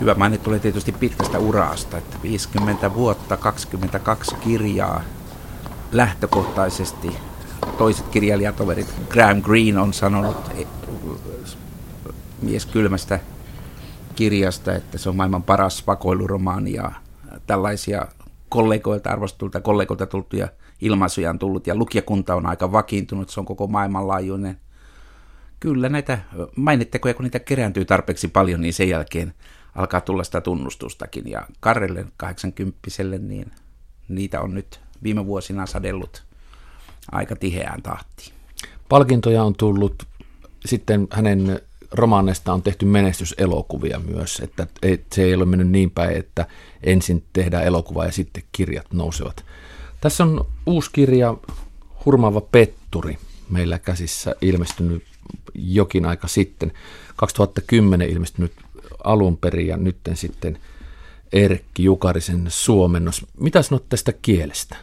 Hyvä maine tulee tietysti pitkästä urasta, että 50 vuotta, 22 kirjaa lähtökohtaisesti. Toiset kirjailijatoverit, Graham Greene on sanonut Mies kylmästä kirjasta, että se on maailman paras vakoiluromaani, ja tällaisia arvostettuilta kollegoilta tultuja ilmaisuja on tullut, ja lukijakunta on aika vakiintunut, se on koko maailmanlaajuinen. Kyllä näitä mainittekoja, kun niitä kerääntyy tarpeeksi paljon, niin sen jälkeen alkaa tulla sitä tunnustustakin, ja Karrelle 80-vuotiaalle, niin niitä on nyt viime vuosina sadellut aika tiheään tahtiin. Palkintoja on tullut, sitten hänen romaaneista on tehty menestyselokuvia myös, että se ei ole mennyt niin päin, että ensin tehdään elokuva ja sitten kirjat nousevat. Tässä on uusi kirja, Hurmaava petturi, meillä käsissä ilmestynyt jokin aika sitten, 2010 ilmestynyt alun perin ja nyt sitten Erkki Jukarisen suomennos. Mitä sanot tästä kielestä?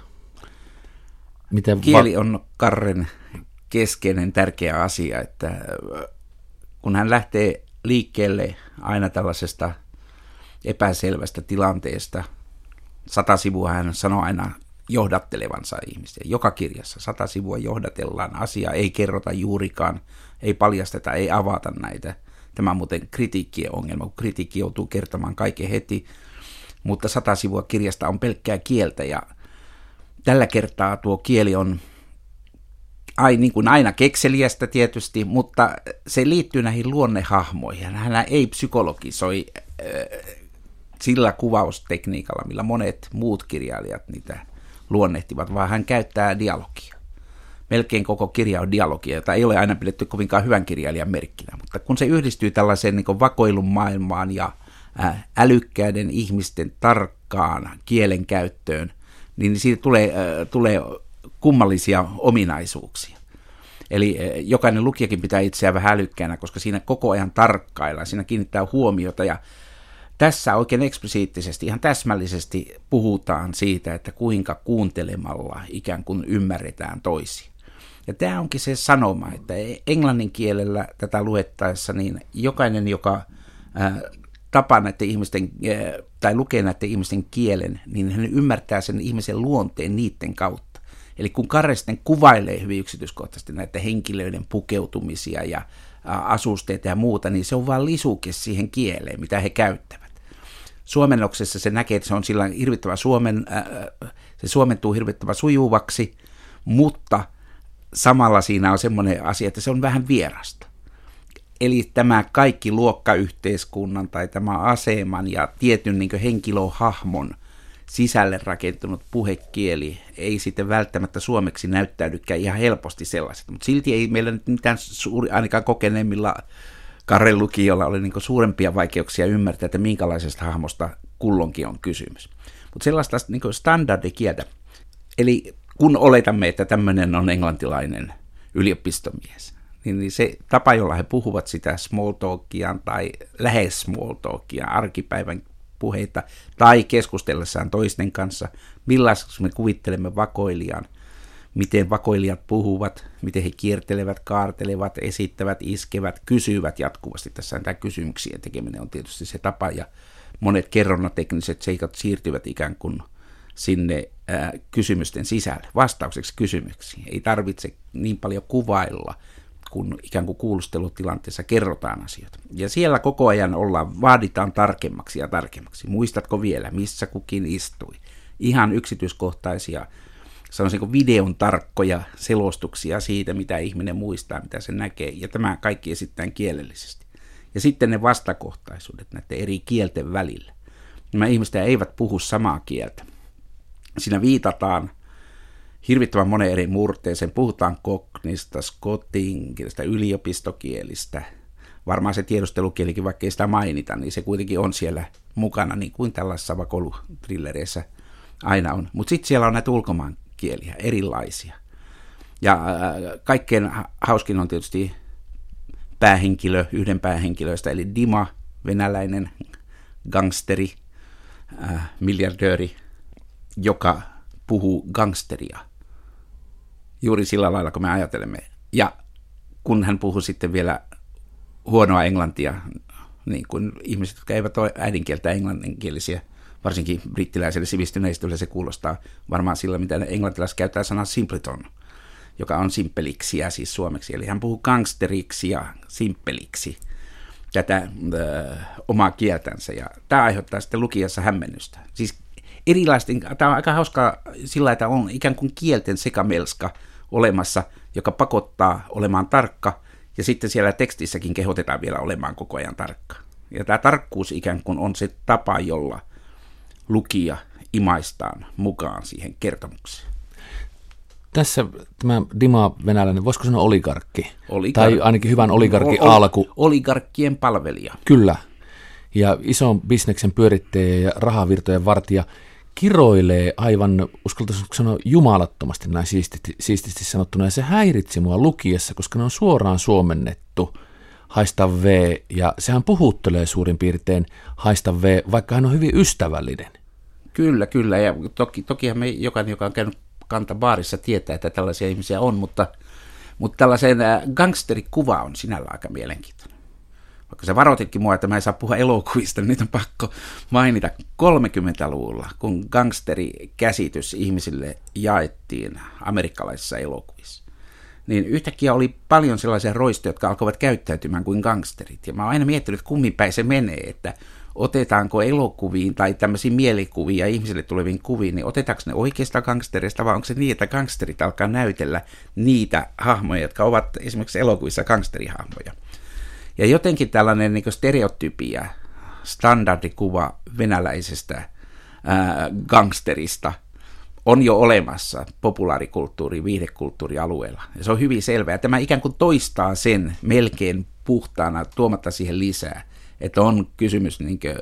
Kieli on Karren keskeinen tärkeä asia, että kun hän lähtee liikkeelle aina tällaisesta epäselvästä tilanteesta, 100 sivua hän sanoo aina johdattelevansa ihmisiä. Joka kirjassa 100 sivua johdatellaan, asiaa ei kerrota juurikaan, ei paljasteta, ei avata näitä. Tämä on muuten kritiikkien ongelma, kun kritiikki joutuu kertomaan kaiken heti, mutta 100 sivua kirjasta on pelkkää kieltä, ja tällä kertaa tuo kieli on niin kuin aina kekseliästä tietysti, mutta se liittyy näihin luonnehahmoihin. Hän ei psykologisoi sillä kuvaustekniikalla, millä monet muut kirjailijat niitä luonnehtivat, vaan hän käyttää dialogia. Melkein koko kirja on dialogia, jota ei ole aina pidetty kovinkaan hyvän kirjailijan merkkinä, mutta kun se yhdistyy tällaiseen niin kuin vakoilun maailmaan ja älykkäiden ihmisten tarkkaan kielen käyttöön, niin siitä tulee kummallisia ominaisuuksia. Eli jokainen lukijakin pitää itseään vähän älykkäänä, koska siinä koko ajan tarkkaillaan, siinä kiinnittää huomiota, ja tässä oikein eksplisiittisesti, ihan täsmällisesti puhutaan siitä, että kuinka kuuntelemalla ikään kuin ymmärretään toisia. Ja tämä onkin se sanoma, että englannin kielellä tätä luettaessa, niin jokainen, joka tapaa näiden ihmisten, tai lukee näiden ihmisten kielen, niin hän ymmärtää sen ihmisen luonteen niiden kautta. Eli kun Karre sitten kuvailee hyvin yksityiskohtaisesti näiden henkilöiden pukeutumisia ja asusteita ja muuta, niin se on vain lisuke siihen kieleen, mitä he käyttävät. Suomennoksessa se näkee, että se on sillä hirvittävä se suomentuu hirvittävän sujuvaksi, mutta samalla siinä on semmoinen asia, että se on vähän vierasta. Eli tämä kaikki luokkayhteiskunnan tai tämä aseman ja tietyn niin kuin henkilöhahmon sisälle rakentunut puhekieli ei sitten välttämättä suomeksi näyttäydykään ihan helposti sellaiset, mutta silti ei meillä nyt mitään ainakaan kokeneemmilla Karren lukijoilla ole niin kuin suurempia vaikeuksia ymmärtää, että minkälaisesta hahmosta kulloinkin on kysymys. Mutta sellaista niin kuin standardikieltä, eli kun oletamme, että tämmöinen on englantilainen yliopistomies, niin se tapa, jolla he puhuvat sitä small talkia tai lähes small talkia, arkipäivän puheita, tai keskustellessaan toisten kanssa, millaiseksi me kuvittelemme vakoilijan, miten vakoilijat puhuvat, miten he kiertelevät, kaartelevat, esittävät, iskevät, kysyvät jatkuvasti. Tässä tämä kysymyksien tekeminen on tietysti se tapa, ja monet kerronnatekniset seikat siirtyvät ikään kuin sinne kysymysten sisälle, vastaukseksi kysymyksiin. Ei tarvitse niin paljon kuvailla, kun ikään kuin kuulustelutilanteessa kerrotaan asioita. Ja siellä koko ajan vaaditaan tarkemmaksi ja tarkemmaksi. Muistatko vielä, missä kukin istui? Ihan yksityiskohtaisia, sanoisinko videon tarkkoja selostuksia siitä, mitä ihminen muistaa, mitä se näkee. Ja tämä kaikki esitetään kielellisesti. Ja sitten ne vastakohtaisuudet näiden eri kielten välillä. Nämä ihmiset eivät puhu samaa kieltä. Siinä viitataan hirvittävän monen eri murteeseen. Puhutaan Cockneysta, Scottin kielestä, yliopistokielistä. Varmaan se tiedustelukielikin, vaikka ei sitä mainita, niin se kuitenkin on siellä mukana, niin kuin tällaisissa vakoilutrillereissä aina on. Mutta sitten siellä on näitä ulkomaankieliä, erilaisia. Ja kaikkein hauskin on tietysti päähenkilö, yhden päähenkilöistä, eli Dima, venäläinen gangsteri, miljardööri, joka puhuu gangsteria juuri sillä lailla, kun me ajatelemme. Ja kun hän puhuu sitten vielä huonoa englantia, niin kuin ihmiset, jotka eivät ole äidinkieltä englanninkielisiä, varsinkin brittiläiselle sivistyneistölle se kuulostaa varmaan sillä, mitä englantilaiset käyttää sanaa simpleton, joka on simppeliksiä siis suomeksi. Eli hän puhuu gangsteriksi ja simppeliksi tätä omaa kieltänsä. Ja tämä aiheuttaa sitten lukijassa hämmennystä. Siis erilaisten, tämä on aika hauskaa sillä, että on ikään kuin kielten sekamelska olemassa, joka pakottaa olemaan tarkka, ja sitten siellä tekstissäkin kehotetaan vielä olemaan koko ajan tarkka. Ja tämä tarkkuus ikään kuin on se tapa, jolla lukija imaistaan mukaan siihen kertomukseen. Tässä tämä Dima venäläinen, voisiko sanoa oligarkki? Tai ainakin hyvän oligarkin alku. Oligarkkien palvelija. Kyllä. Ja ison bisneksen pyörittäjä ja rahavirtojen vartija kiroilee aivan, uskaltaisiko sanoa, jumalattomasti näin siististi sanottuna. Ja se häiritsi mua lukiessa, koska ne on suoraan suomennettu haista V. Ja sehän puhuttelee suurin piirtein haista V, vaikka hän on hyvin ystävällinen. Kyllä. Ja tokihan me jokainen, joka on käynyt kantabaarissa, tietää, että tällaisia ihmisiä on, mutta tällaisen gangsterikuva on sinällä aika mielenkiintoinen. Vaikka se varoititkin mua, että mä en saa puhua elokuvista, niin nyt on pakko mainita 30-luvulla, kun gangsterikäsitys ihmisille jaettiin amerikkalaisissa elokuvissa. Niin yhtäkkiä oli paljon sellaisia roistoja, jotka alkoivat käyttäytymään kuin gangsterit. Ja mä oon aina miettinyt, kummin päin se menee, että otetaanko elokuviin tai tämmöisiin mielikuviin ja ihmisille tuleviin kuviin, niin otetaanko ne oikeista gangstereista, vai onko se niin, että gangsterit alkaa näytellä niitä hahmoja, jotka ovat esimerkiksi elokuvissa gangsterihahmoja. Ja jotenkin tällainen niin kuin stereotypia, standardikuva venäläisestä gangsterista on jo olemassa populaarikulttuuri, viihdekulttuurialueella. Ja se on hyvin selvää. Tämä ikään kuin toistaa sen melkein puhtaana, tuomatta siihen lisää, että on kysymys niin kuin,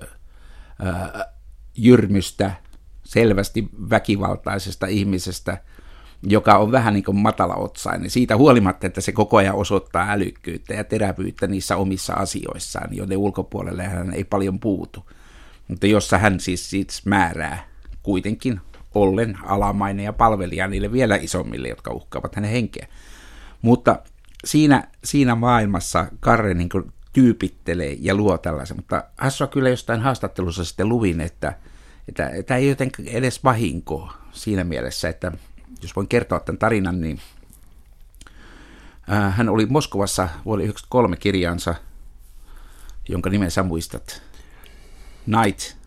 jyrmystä, selvästi väkivaltaisesta ihmisestä, joka on vähän niin kuin matalaotsainen. Siitä huolimatta, että se koko ajan osoittaa älykkyyttä ja terävyyttä niissä omissa asioissaan, joiden ulkopuolelle hän ei paljon puutu. Mutta jossa hän siis määrää kuitenkin ollen alamainen ja palvelija niille vielä isommille, jotka uhkaavat hänen henkeä. Mutta siinä maailmassa Karre niin kuin tyypittelee ja luo tällaisen. Mutta hassua kyllä jostain haastattelussa sitten luvin, että ei jotenkin edes vahinko siinä mielessä, että jos voin kertoa tämän tarinan, niin hän oli Moskovassa vuonna 1993 kirjansa, jonka nimen sä muistat. Night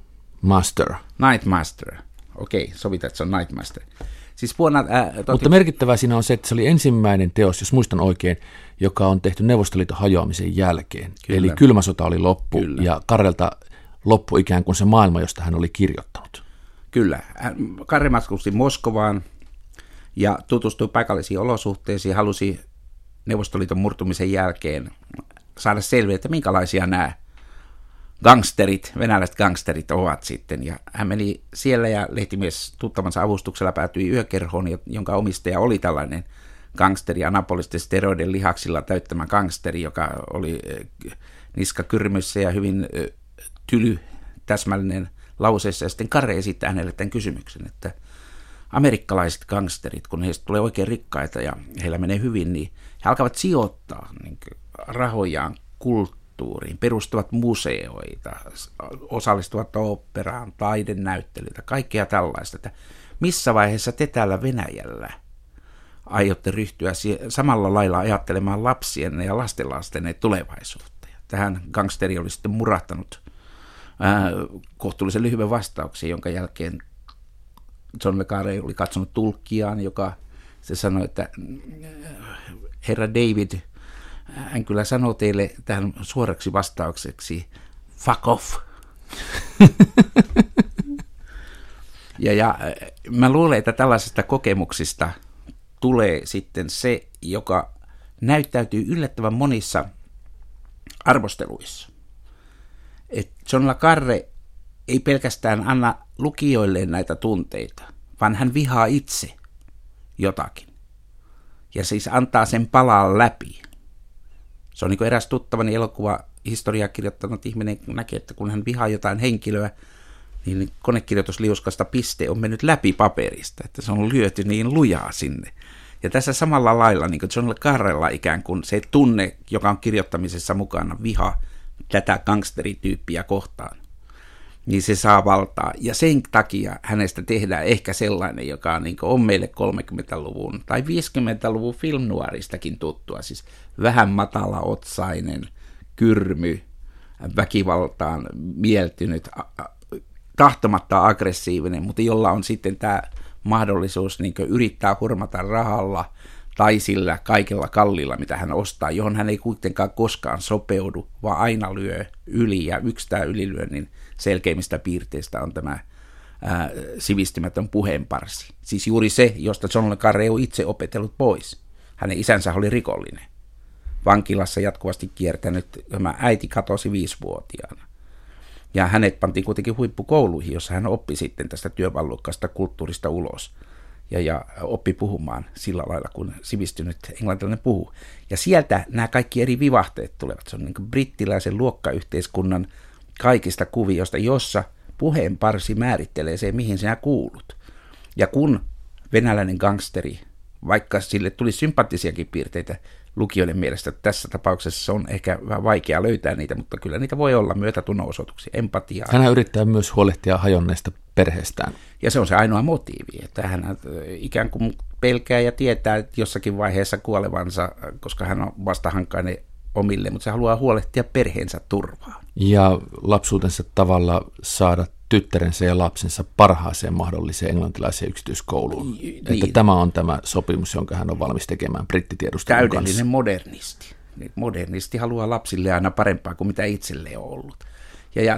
Master. Okei, sovitaan, että se on Night Master. Siis Mutta merkittävää siinä on se, että se oli ensimmäinen teos, jos muistan oikein, joka on tehty Neuvostoliiton hajoamisen jälkeen. Kyllä. Eli kylmä sota oli loppu ja Karrelta loppui ikään kuin se maailma, josta hän oli kirjoittanut. Kyllä. Karre matkusti Moskovaan ja tutustui paikallisiin olosuhteisiin, halusi Neuvostoliiton murtumisen jälkeen saada selviä, että minkälaisia nämä venäläiset gangsterit ovat sitten. Ja hän meni siellä ja lehtimies tuttavansa avustuksella päätyi yökerhoon, jonka omistaja oli tällainen gangsteri, anabolisten steroiden lihaksilla täyttämä gangsteri, joka oli niskakyrmyssä ja hyvin täsmällinen lauseessa. Ja sitten Karre esittää hänelle tämän kysymyksen, että amerikkalaiset gangsterit, kun heistä tulee oikein rikkaita ja heillä menee hyvin, niin he alkavat sijoittaa niin rahojaan kulttuuriin, perustavat museoita, osallistuvat oopperaan, taidenäyttelyitä, kaikkea tällaista. Että missä vaiheessa te täällä Venäjällä aiotte ryhtyä samalla lailla ajattelemaan lapsien ja lastenlastenne tulevaisuutta? Ja tähän gangsteri oli sitten murahtanut kohtuullisen lyhyen vastauksen, jonka jälkeen John le Carré oli katsonut tulkkiaan, joka se sanoi, että herra David, hän kyllä sanoo teille tähän suoraksi vastaukseksi, fuck off. ja mä luulen, että tällaisista kokemuksista tulee sitten se, joka näyttäytyy yllättävän monissa arvosteluissa. Et John le Carré ei pelkästään anna lukijoille näitä tunteita, vaan hän vihaa itse jotakin. Ja siis antaa sen palaa läpi. Se on niin kuin eräs tuttavani elokuvahistoriaa kirjoittanut ihminen näkee, että kun hän vihaa jotain henkilöä, niin konekirjoitusliuskasta piste on mennyt läpi paperista, että se on lyöty niin lujaa sinne. Ja tässä samalla lailla, niin kuin John le Carrélla ikään kuin se tunne, joka on kirjoittamisessa mukana, viha, tätä gangsterityyppiä kohtaan, niin se saa valtaa. Ja sen takia hänestä tehdään ehkä sellainen, joka on meille 30-luvun tai 50-luvun filmnuoristakin tuttua. Siis vähän matalaotsainen, kyrmy, väkivaltaan mieltynyt, tahtomatta aggressiivinen, mutta jolla on sitten tämä mahdollisuus yrittää hurmata rahalla tai sillä kaikella kallilla, mitä hän ostaa, johon hän ei kuitenkaan koskaan sopeudu, vaan aina lyö yli. Ja yksi tämä ylilyönnin selkeimmistä piirteistä on tämä sivistymätön puheenparsi. Siis juuri se, josta John le Carré on itse opetellut pois. Hänen isänsä oli rikollinen. Vankilassa jatkuvasti kiertänyt, tämä äiti katosi 5-vuotiaana. Ja hänet pantiin kuitenkin huippukouluihin, jossa hän oppi sitten tästä työvallukkaasta kulttuurista ulos. Ja oppi puhumaan sillä lailla, kun sivistynyt englantilainen puhuu. Ja sieltä nämä kaikki eri vivahteet tulevat. Se on niin kuin brittiläisen luokkayhteiskunnan kaikista kuvioista, jossa puheenparsi määrittelee se, mihin sinä kuulut. Ja kun venäläinen gangsteri, vaikka sille tuli sympaattisiakin piirteitä lukijoiden mielestä, tässä tapauksessa on ehkä vähän vaikea löytää niitä, mutta kyllä niitä voi olla myötätunno-osoituksia, empatiaa. Hän yrittää myös huolehtia hajonneesta perheestään. Ja se on se ainoa motiivi, että hän ikään kuin pelkää ja tietää että jossakin vaiheessa kuolevansa, koska hän on vastahankainen omille, mutta se haluaa huolehtia perheensä turvaa. Ja lapsuutensa tavalla saada tyttärensä ja lapsensa parhaaseen mahdolliseen englantilaiseen yksityiskouluun. Niin. Että tämä on tämä sopimus, jonka hän on valmis tekemään brittitiedustelun kanssa. Täydellinen modernisti. Modernisti haluaa lapsille aina parempaa kuin mitä itselle on ollut. Ja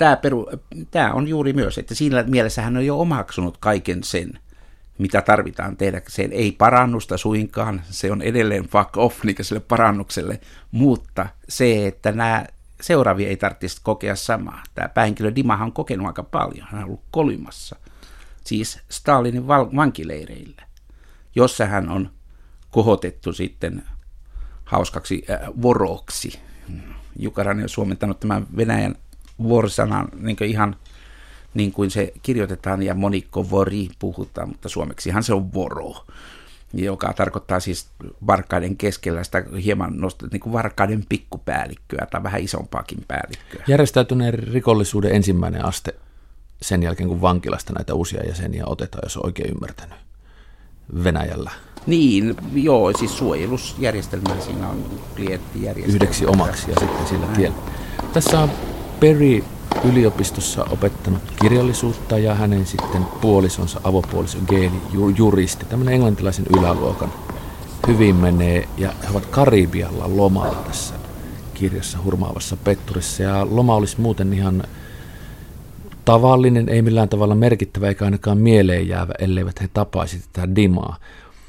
tämä on juuri myös, että siinä mielessä hän on jo omaksunut kaiken sen, mitä tarvitaan tehdäkseen. Ei parannusta suinkaan, se on edelleen fuck off niin sille parannukselle, mutta se, että nämä seuraavia ei tarvitsisi kokea samaa. Tämä päähenkilö Dimahan on kokenut aika paljon, hän on ollut Kolymassa, siis Stalinin vankileireillä, jossa hän on kohotettu sitten hauskaksi voroksi. Jukarainen on suomentanut tämän Venäjän vorsanan ihan niin kuin se kirjoitetaan ja monikko vori puhutaan, mutta suomeksihan se on voro, joka tarkoittaa siis varkaiden keskellä sitä hieman nostaa niin kuin varkaiden pikkupäällikköä tai vähän isompaakin päällikköä. Järjestäytyneen rikollisuuden ensimmäinen aste sen jälkeen, kun vankilasta näitä uusia jäseniä otetaan, jos on oikein ymmärtänyt, Venäjällä. Niin, joo, siis suojelusjärjestelmä siinä on klienttijärjestelmä. Yhdeksi omaksi ja sitten sillä tiellä. Tässä on Perry yliopistossa opettanut kirjallisuutta ja hänen sitten puolisonsa, avopuoliso Geeli, juristi, tämmöinen englantilaisen yläluokan hyvin menee, ja he ovat Karibialla lomalla tässä kirjassa Hurmaavassa petturissa, ja loma olisi muuten ihan tavallinen, ei millään tavalla merkittävä eikä ainakaan mieleen jäävä, elleivät he tapaisi tätä Dimaa,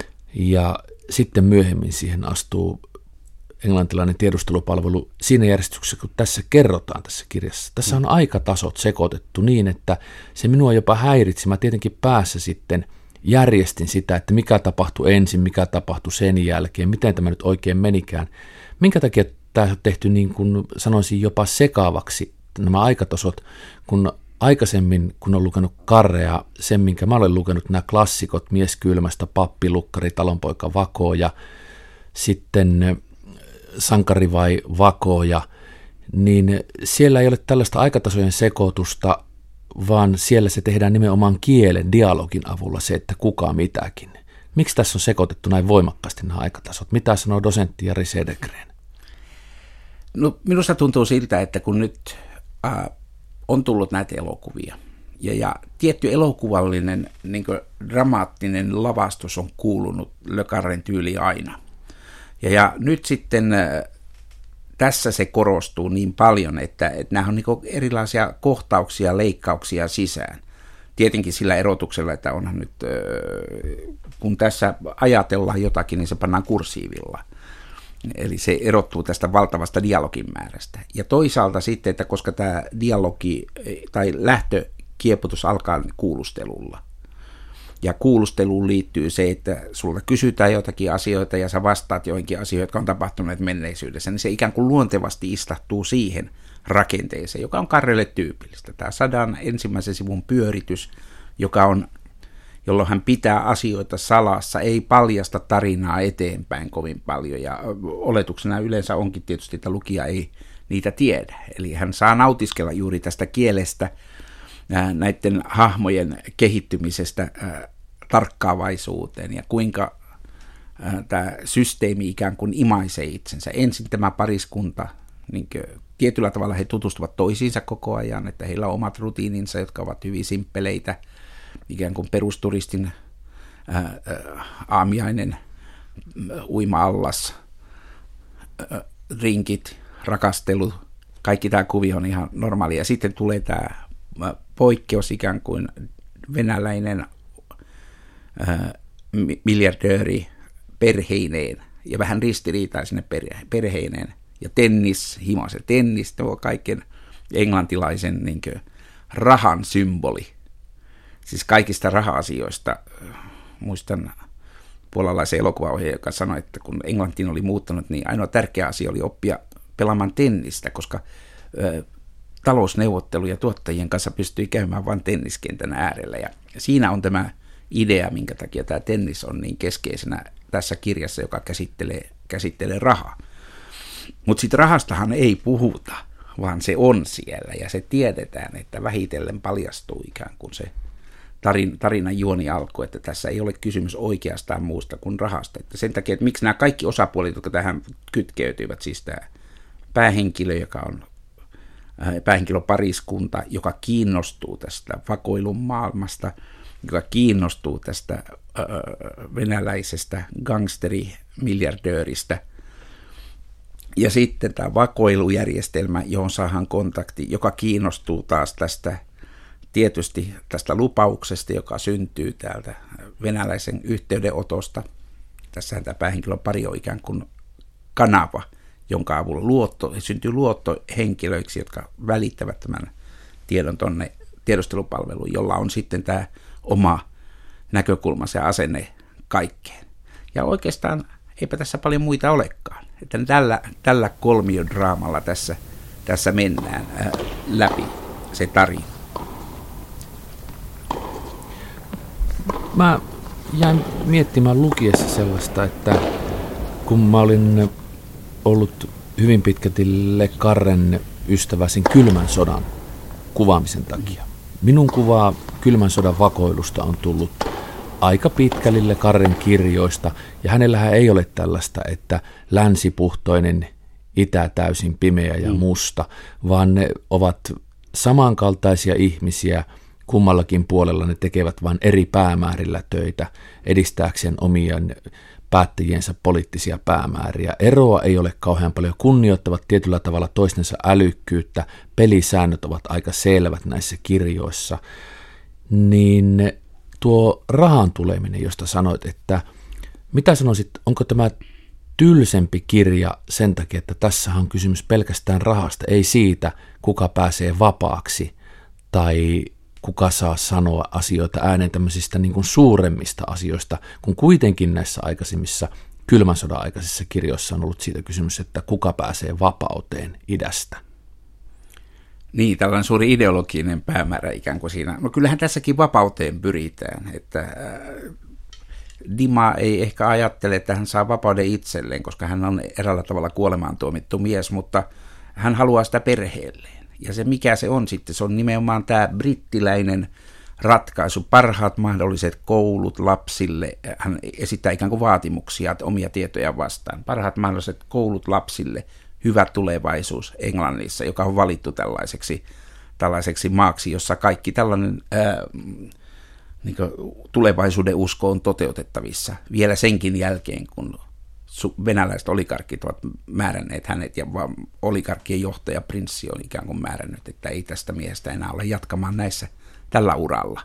ja sitten myöhemmin siihen astuu englantilainen tiedustelupalvelu siinä järjestyksessä, kun tässä kerrotaan tässä kirjassa. Tässä on aikatasot sekoitettu niin, että se minua jopa häiritsi. Mä tietenkin päässä sitten järjestin sitä, että mikä tapahtui ensin, mikä tapahtui sen jälkeen, miten tämä nyt oikein menikään. Minkä takia tämä on tehty niin kuin sanoisin jopa sekaavaksi nämä aikatasot, kun aikaisemmin, kun olen lukenut Carrea, sen minkä mä olen lukenut, nämä klassikot, Mies kylmästä, Pappi, Lukkari, Talonpoika, Vako ja sitten Sankari vai Vakoja, niin siellä ei ole tällaista aikatasojen sekoitusta, vaan siellä se tehdään nimenomaan kielen, dialogin avulla se, että kuka mitäkin. Miksi tässä on sekoitettu näin voimakkaasti nämä aikatasot? Mitä sanoo dosentti Jari Cedergren? No, minusta tuntuu siltä, että kun nyt on tullut näitä elokuvia, ja tietty elokuvallinen niin kuin dramaattinen lavastus on kuulunut Le Carrén tyyliin aina. Ja nyt sitten tässä se korostuu niin paljon, että nämä on niin erilaisia kohtauksia, leikkauksia sisään. Tietenkin sillä erotuksella, että onhan nyt, kun tässä ajatellaan jotakin, niin se pannaan kursiivilla. Eli se erottuu tästä valtavasta dialogin määrästä. Ja toisaalta sitten, että koska tämä dialogi tai lähtökieputus alkaa kuulustelulla, ja kuulusteluun liittyy se, että sulta kysytään jotakin asioita ja sä vastaat joihinkin asioihin, jotka on tapahtuneet menneisyydessä, niin se ikään kuin luontevasti istahtuu siihen rakenteeseen, joka on Carrélle tyypillistä. Tämä 100 ensimmäisen sivun pyöritys, jolloin hän pitää asioita salassa, ei paljasta tarinaa eteenpäin kovin paljon, ja oletuksena yleensä onkin tietysti, että lukija ei niitä tiedä. Eli hän saa nautiskella juuri tästä kielestä, näiden hahmojen kehittymisestä tarkkaavaisuuteen ja kuinka tämä systeemi ikään kuin imaisee itsensä. Ensin tämä pariskunta, niin tietyllä tavalla he tutustuvat toisiinsa koko ajan, että heillä on omat rutiininsa, jotka ovat hyvin simppeleitä, ikään kuin perusturistin aamiainen, uima-allas, rinkit, rakastelu, kaikki tämä kuvio on ihan normaalia. Sitten tulee tämä poikkeus, ikään kuin venäläinen miljardööri perheineen ja vähän ristiriitaisine perheineen ja himo se tennis, tuo kaiken englantilaisen niin kuin rahan symboli. Siis kaikista raha-asioista muistan puolalaisen elokuvaohjaajan, joka sanoi, että kun Englantiin oli muuttanut, niin ainoa tärkeä asia oli oppia pelaamaan tennistä, koska talousneuvotteluja tuottajien kanssa pystyi käymään vain tenniskentän äärellä. Ja siinä on tämä idea, minkä takia tämä tennis on niin keskeisenä tässä kirjassa, joka käsittelee rahaa. Mutta sitten rahastahan ei puhuta, vaan se on siellä ja se tiedetään, että vähitellen paljastuu ikään kuin se tarinan juoni alkoi, että tässä ei ole kysymys oikeastaan muusta kuin rahasta. Että sen takia, että miksi nämä kaikki osapuolet, jotka tähän kytkeytyivät, siis tämä päähenkilö, joka on päähenkilöpariskunta, joka kiinnostuu tästä vakoilun maailmasta, joka kiinnostuu tästä venäläisestä gangsterimiljardööristä, ja sitten tämä vakoilujärjestelmä, johon saadaan kontakti, joka kiinnostuu taas tietysti tästä lupauksesta, joka syntyy täältä venäläisen yhteydenotosta. Tässähän tämä päähenkilöpari on ikään kuin kanava, jonka avulla syntyy luottohenkilöiksi, jotka välittävät tämän tiedon tuonne tiedustelupalveluun, jolla on sitten tämä oma näkökulmansa ja asenne kaikkeen. Ja oikeastaan eipä tässä paljon muita olekaan. Että tällä kolmiodraamalla tässä mennään läpi se tarina. Mä jäin miettimään lukiessa sellaista, että kun mä olin ollut hyvin pitkälti Le Carren ystävä sen kylmän sodan kuvaamisen takia. Minun kuvaa kylmän sodan vakoilusta on tullut aika pitkälle Le Carren kirjoista, ja hänellähän ei ole tällaista, että länsipuhtoinen, itä täysin pimeä ja musta, vaan ne ovat samankaltaisia ihmisiä, kummallakin puolella ne tekevät vain eri päämäärillä töitä edistääkseen omien päättäjiensä poliittisia päämääriä. Eroa ei ole kauhean paljon, kunnioittavat tietyllä tavalla toistensa älykkyyttä, pelisäännöt ovat aika selvät näissä kirjoissa, niin tuo rahan tuleminen, josta sanoit, että mitä sanoisit, onko tämä tylsempi kirja sen takia, että tässä on kysymys pelkästään rahasta, ei siitä, kuka pääsee vapaaksi tai kuka saa sanoa asioita ääneen tämmöisistä niin kuin suuremmista asioista, kun kuitenkin näissä aikaisemmissa kylmän sodan aikaisissa kirjoissa on ollut siitä kysymys, että kuka pääsee vapauteen idästä. Niin, tällainen suuri ideologinen päämäärä ikään kuin siinä. No kyllähän tässäkin vapauteen pyritään, että Dima ei ehkä ajattele, että hän saa vapauden itselleen, koska hän on eräällä tavalla kuolemaan tuomittu mies, mutta hän haluaa sitä perheelleen. Ja se mikä se on sitten, se on nimenomaan tämä brittiläinen ratkaisu, parhaat mahdolliset koulut lapsille, hän esittää ikään kuin vaatimuksia omia tietoja vastaan, parhaat mahdolliset koulut lapsille, hyvä tulevaisuus Englannissa, joka on valittu tällaiseksi maaksi, jossa kaikki tällainen niin kuin tulevaisuuden usko on toteutettavissa vielä senkin jälkeen, kun venäläiset oligarkkit ovat määränneet hänet ja oligarkkien johtaja prinssi on ikään kuin määrännyt, että ei tästä miehestä enää ole jatkamaan tällä uralla.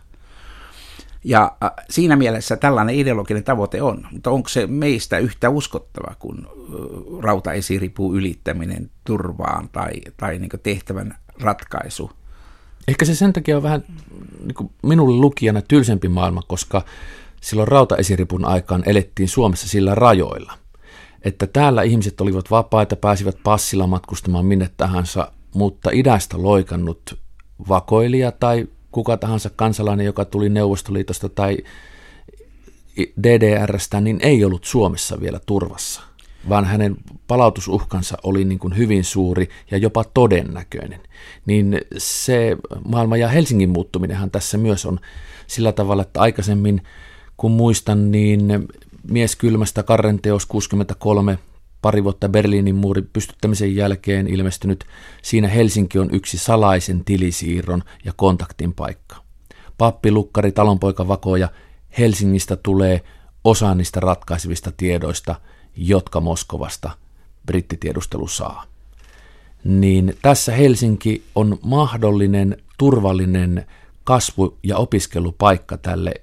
Ja siinä mielessä tällainen ideologinen tavoite on, mutta onko se meistä yhtä uskottava kuin rautaesiripun ylittäminen turvaan tai niin kuin tehtävän ratkaisu? Ehkä se sen takia on vähän niin kuin minulle lukijana tylsempi maailma, koska silloin rautaesiripun aikaan elettiin Suomessa sillä rajoilla. Että täällä ihmiset olivat vapaita, pääsivät passilla matkustamaan minne tahansa, mutta idästä loikannut vakoilija tai kuka tahansa kansalainen, joka tuli Neuvostoliitosta tai DDR:stä, niin ei ollut Suomessa vielä turvassa. vaan hänen palautusuhkansa oli niin kuin hyvin suuri ja jopa todennäköinen. Niin se maailma ja Helsingin muuttuminenhan tässä myös on sillä tavalla, että aikaisemmin, kun muistan, niin Mies kylmästä Karrenteos 63, pari vuotta Berliinin muurin pystyttämisen jälkeen ilmestynyt, siinä Helsinki on yksi salaisen tilisiirron ja kontaktin paikka. Pappi, lukkari, talonpoika, vakoja, Helsingistä tulee osa niistä ratkaisevista tiedoista, jotka Moskovasta brittitiedustelu saa. Niin tässä Helsinki on mahdollinen, turvallinen kasvu- ja opiskelupaikka tälle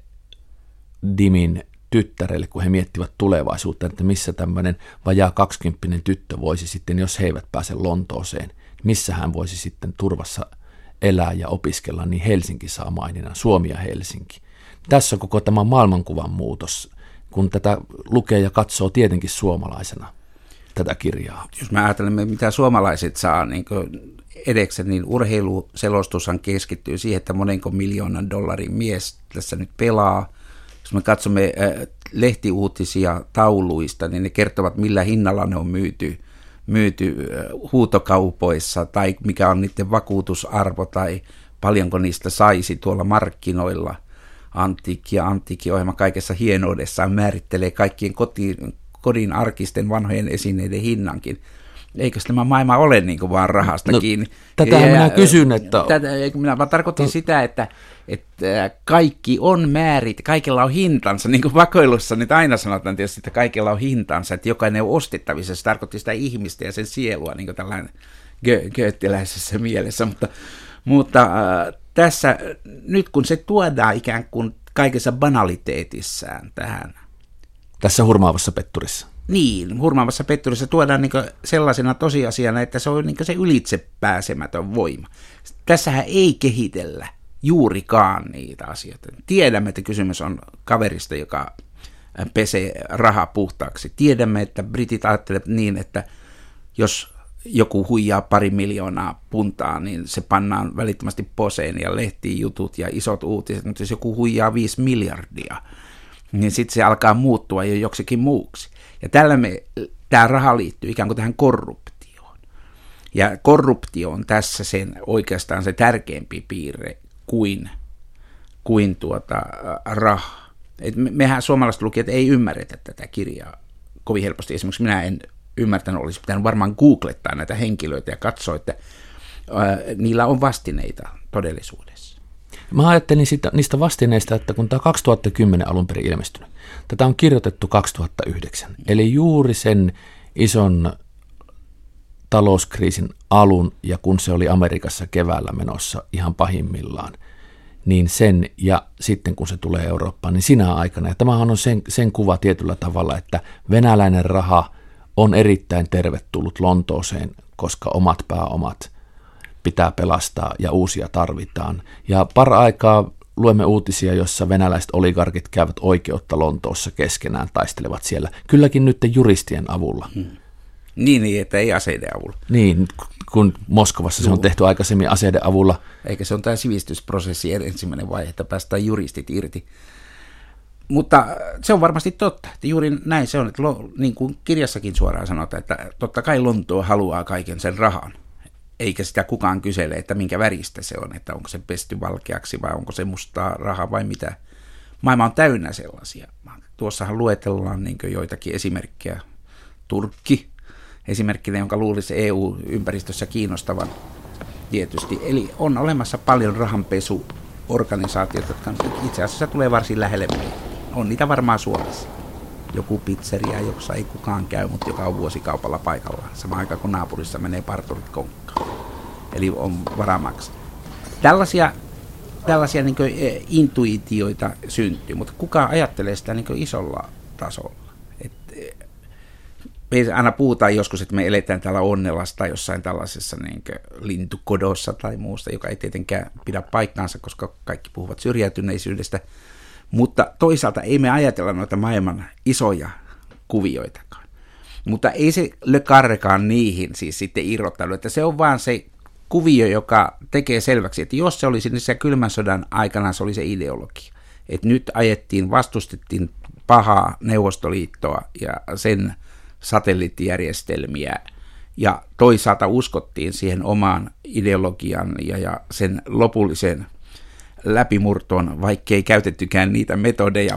Dimin tyttärelle, kun he miettivät tulevaisuutta, että missä tämmöinen vajaa 20 tyttö voisi sitten, jos he eivät pääse Lontooseen, missä hän voisi sitten turvassa elää ja opiskella, niin Helsinki saa maininnan, Suomi ja Helsinki. Tässä on koko tämä maailmankuvan muutos, kun tätä lukee ja katsoo tietenkin suomalaisena tätä kirjaa. Jos me ajattelemme, mitä suomalaiset saa niin edeksen, niin urheiluselostushan keskittyy siihen, että monenko miljoonan dollarin mies tässä nyt pelaa. Jos me katsomme lehtiuutisia tauluista, niin ne kertovat, millä hinnalla ne on myyty huutokaupoissa, tai mikä on niiden vakuutusarvo, tai paljonko niistä saisi tuolla markkinoilla. Antiikki-ohjelma kaikessa hienoudessaan määrittelee kaikkien kodin arkisten vanhojen esineiden hinnankin. Eikö tämä maailma ole niin kuin vaan rahasta kiinni? Tätä minä kysyn, että... Minä vaan tarkoitin sitä, että kaikki on kaikilla on hintansa, niin kuin vakoilussa nyt aina sanotaan tietysti, että kaikilla on hintansa, että jokainen on ostettavissa. Se tarkoitti sitä ihmistä ja sen sielua, niin kuin tällainen goetheläisessä mielessä, mutta tässä nyt kun se tuodaan ikään kuin kaikessa banaliteetissään tähän. Tässä hurmaavassa petturissa. Niin, hurmaavassa petturissa tuodaan niin sellaisena tosiasiana, että se on niin se ylitsepääsemätön voima. Tässähän ei kehitellä juurikaan niitä asioita. Tiedämme, että kysymys on kaverista, joka pesee rahaa puhtaaksi. Tiedämme, että britit ajattelevat niin, että jos joku huijaa 2 miljoonaa puntaa, niin se pannaan välittömästi poseen ja lehtiin jutut ja isot uutiset, mutta jos joku huijaa 5 miljardia, niin sitten se alkaa muuttua jo joksikin muuksi. Ja tämä raha liittyy ikään kuin tähän korruptioon. Ja korruptio on tässä oikeastaan se tärkeämpi piirre kuin raha. Mehän suomalaiset lukijat ei ymmärretä tätä kirjaa kovin helposti. Esimerkiksi minä en ymmärtänyt, olisi pitänyt varmaan googlettaa näitä henkilöitä ja katsoa, että niillä on vastineita todellisuudessa. Mä ajattelin niistä vastineista, että kun tämä 2010 alun perin ilmestynyt, tätä on kirjoitettu 2009, eli juuri sen ison talouskriisin alun, ja kun se oli Amerikassa keväällä menossa ihan pahimmillaan, niin sen ja sitten kun se tulee Eurooppaan, niin sinä aikana, ja tämähän on sen kuva tietyllä tavalla, että venäläinen raha on erittäin tervetullut Lontooseen, koska omat pääomat pitää pelastaa ja uusia tarvitaan. Ja aikaa luemme uutisia, jossa venäläiset oligarkit käyvät oikeutta Lontoossa keskenään, taistelevat siellä. Kylläkin nyt juristien avulla. Niin, että ei aseiden avulla. Niin, kun Moskovassa se on tehty aikaisemmin aseiden avulla. Eikä se on tämä sivistysprosessi ensimmäinen vaihe, että päästään juristit irti. Mutta se on varmasti totta, että juuri näin se on, että niin kuin kirjassakin suoraan sanotaan, että totta kai Lontoo haluaa kaiken sen rahan. Eikä sitä kukaan kysele, että minkä väristä se on, että onko se pesty valkeaksi vai onko se mustaa rahaa vai mitä. Maailma on täynnä sellaisia. Tuossahan luetellaan niin joitakin esimerkkejä. Turkki, esimerkkinä, jonka luulisi EU-ympäristössä kiinnostavan tietysti. Eli on olemassa paljon rahanpesuorganisaatioita, jotka itse asiassa tulee varsin lähelle meitä. On niitä varmaan Suomessa. Joku pizzeria, jossa ei kukaan käy, mutta joka on vuosikaupalla paikallaan. Samaan aikaan kun naapurissa menee parturit konkkaan. Eli on varaa maksaa. Tällaisia niin kuin intuitioita syntyy, mutta kuka ajattelee sitä niin kuin isolla tasolla? Me aina puhutaan joskus, että me eletään täällä onnelasta jossain tällaisessa niin kuin lintukodossa tai muusta, joka ei tietenkään pidä paikkaansa, koska kaikki puhuvat syrjäytyneisyydestä. Mutta toisaalta ei me ajatella noita maailman isoja kuvioitakaan. Mutta ei se Le Carrekaan niihin siis sitten irrottanut, että se on vaan se kuvio, joka tekee selväksi, että jos se olisi niissä kylmän sodan aikana, se oli se ideologia. Että nyt vastustettiin pahaa Neuvostoliittoa ja sen satelliittijärjestelmiä, ja toisaalta uskottiin siihen omaan ideologian ja sen lopullisen läpimurtoon, vaikkei käytettykään niitä metodeja,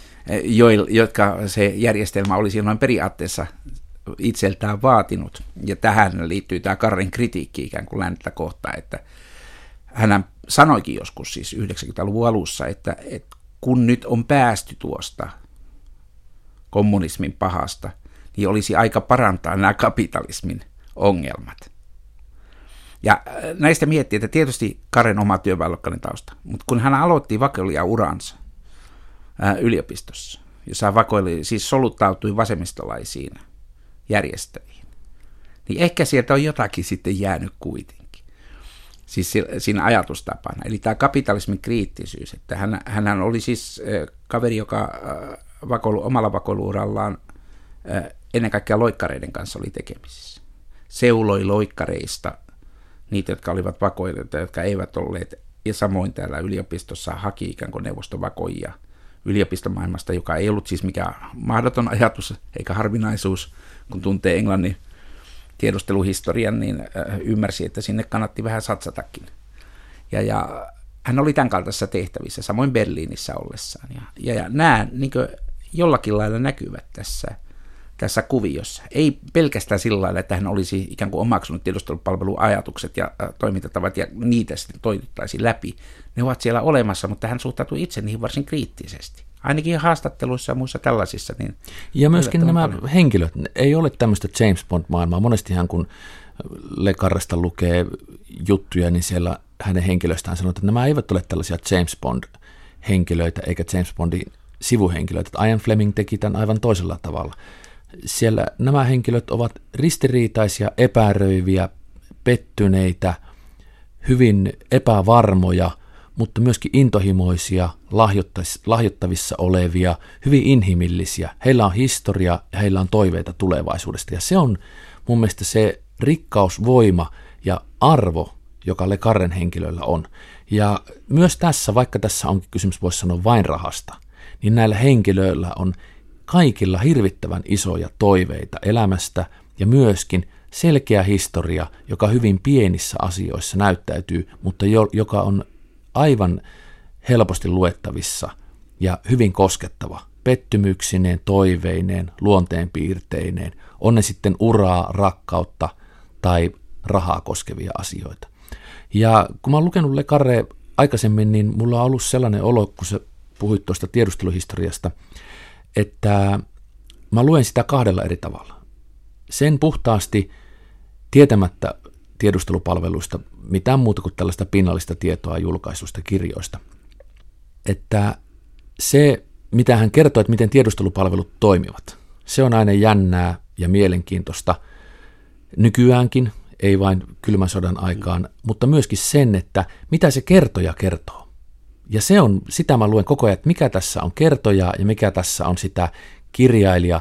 jotka se järjestelmä oli silloin periaatteessa itseltään vaatinut. Ja tähän liittyy tämä Carren kritiikki ikään kuin länttä kohtaan, että hän sanoikin joskus siis 90-luvun alussa, että kun nyt on päästy tuosta kommunismin pahasta, niin olisi aika parantaa nämä kapitalismin ongelmat. Ja näistä miettii, että tietysti Carren oma työväenluokkainen tausta, mutta kun hän aloitti vakoilijauransa yliopistossa, jossa vakoili, siis soluttautui vasemmistolaisiin järjestöihin, niin ehkä sieltä on jotakin sitten jäänyt kuitenkin. Siis siinä ajatustapana. Eli tämä kapitalismin kriittisyys, että hän oli siis kaveri, joka omalla vakoiluurallaan ennen kaikkea loikkareiden kanssa oli tekemisissä. Seuloi loikkareista niitä, jotka olivat vakoilijoita, jotka eivät olleet, ja samoin täällä yliopistossa haki ikään kuin neuvostovakoijia yliopistomaailmasta, joka ei ollut siis mikään mahdoton ajatus eikä harvinaisuus, kun tuntee Englannin tiedusteluhistorian, niin ymmärsi, että sinne kannatti vähän satsatakin. Ja hän oli tämän kaltaisissa tehtävissä, samoin Berliinissä ollessaan. Ja nämä niin jollakin lailla näkyvät tässä kuviossa. Ei pelkästään sillä lailla, että hän olisi ikään kuin omaksunut tiedustelupalvelun ajatukset ja toimintatavat ja niitä sitten toimittaisi läpi. Ne ovat siellä olemassa, mutta hän suhtautui itse niihin varsin kriittisesti. Ainakin haastatteluissa ja muissa tällaisissa. Niin ja myöskin nämä henkilöt, ei ole tämmöistä James Bond-maailmaa. Monestihan kun Le Carresta lukee juttuja, niin siellä hänen henkilöstään sanoo, että nämä eivät ole tällaisia James Bond-henkilöitä eikä James Bondin sivuhenkilöitä. Ian Fleming teki tämän aivan toisella tavalla. Siellä nämä henkilöt ovat ristiriitaisia, epäröiviä, pettyneitä, hyvin epävarmoja, mutta myöskin intohimoisia, lahjoittavissa olevia, hyvin inhimillisiä. Heillä on historia ja heillä on toiveita tulevaisuudesta. Ja se on mun mielestä se rikkaus, voima ja arvo, joka Le Carren henkilöillä on. Ja myös tässä, vaikka tässä onkin kysymys, voisi sanoa vain rahasta, niin näillä henkilöillä on kaikilla hirvittävän isoja toiveita elämästä ja myöskin selkeä historia, joka hyvin pienissä asioissa näyttäytyy, mutta joka on aivan helposti luettavissa ja hyvin koskettava, pettymyksineen, toiveineen, luonteenpiirteineen, on ne sitten uraa, rakkautta tai rahaa koskevia asioita. Ja kun mä oon lukenut Le Carré aikaisemmin, niin mulla on ollut sellainen olo, kun sä puhuit tuosta tiedusteluhistoriasta, että mä luen sitä kahdella eri tavalla. Sen puhtaasti tietämättä tiedustelupalveluista mitään muuta kuin tällaista pinnallista tietoa julkaisusta kirjoista. Että se, mitä hän kertoo, että miten tiedustelupalvelut toimivat, se on aina jännää ja mielenkiintoista nykyäänkin, ei vain kylmän sodan aikaan, mutta myöskin sen, että mitä se kertoja kertoo. Ja se on, sitä mä luen koko ajan, että mikä tässä on kertoja ja mikä tässä on sitä kirjailija,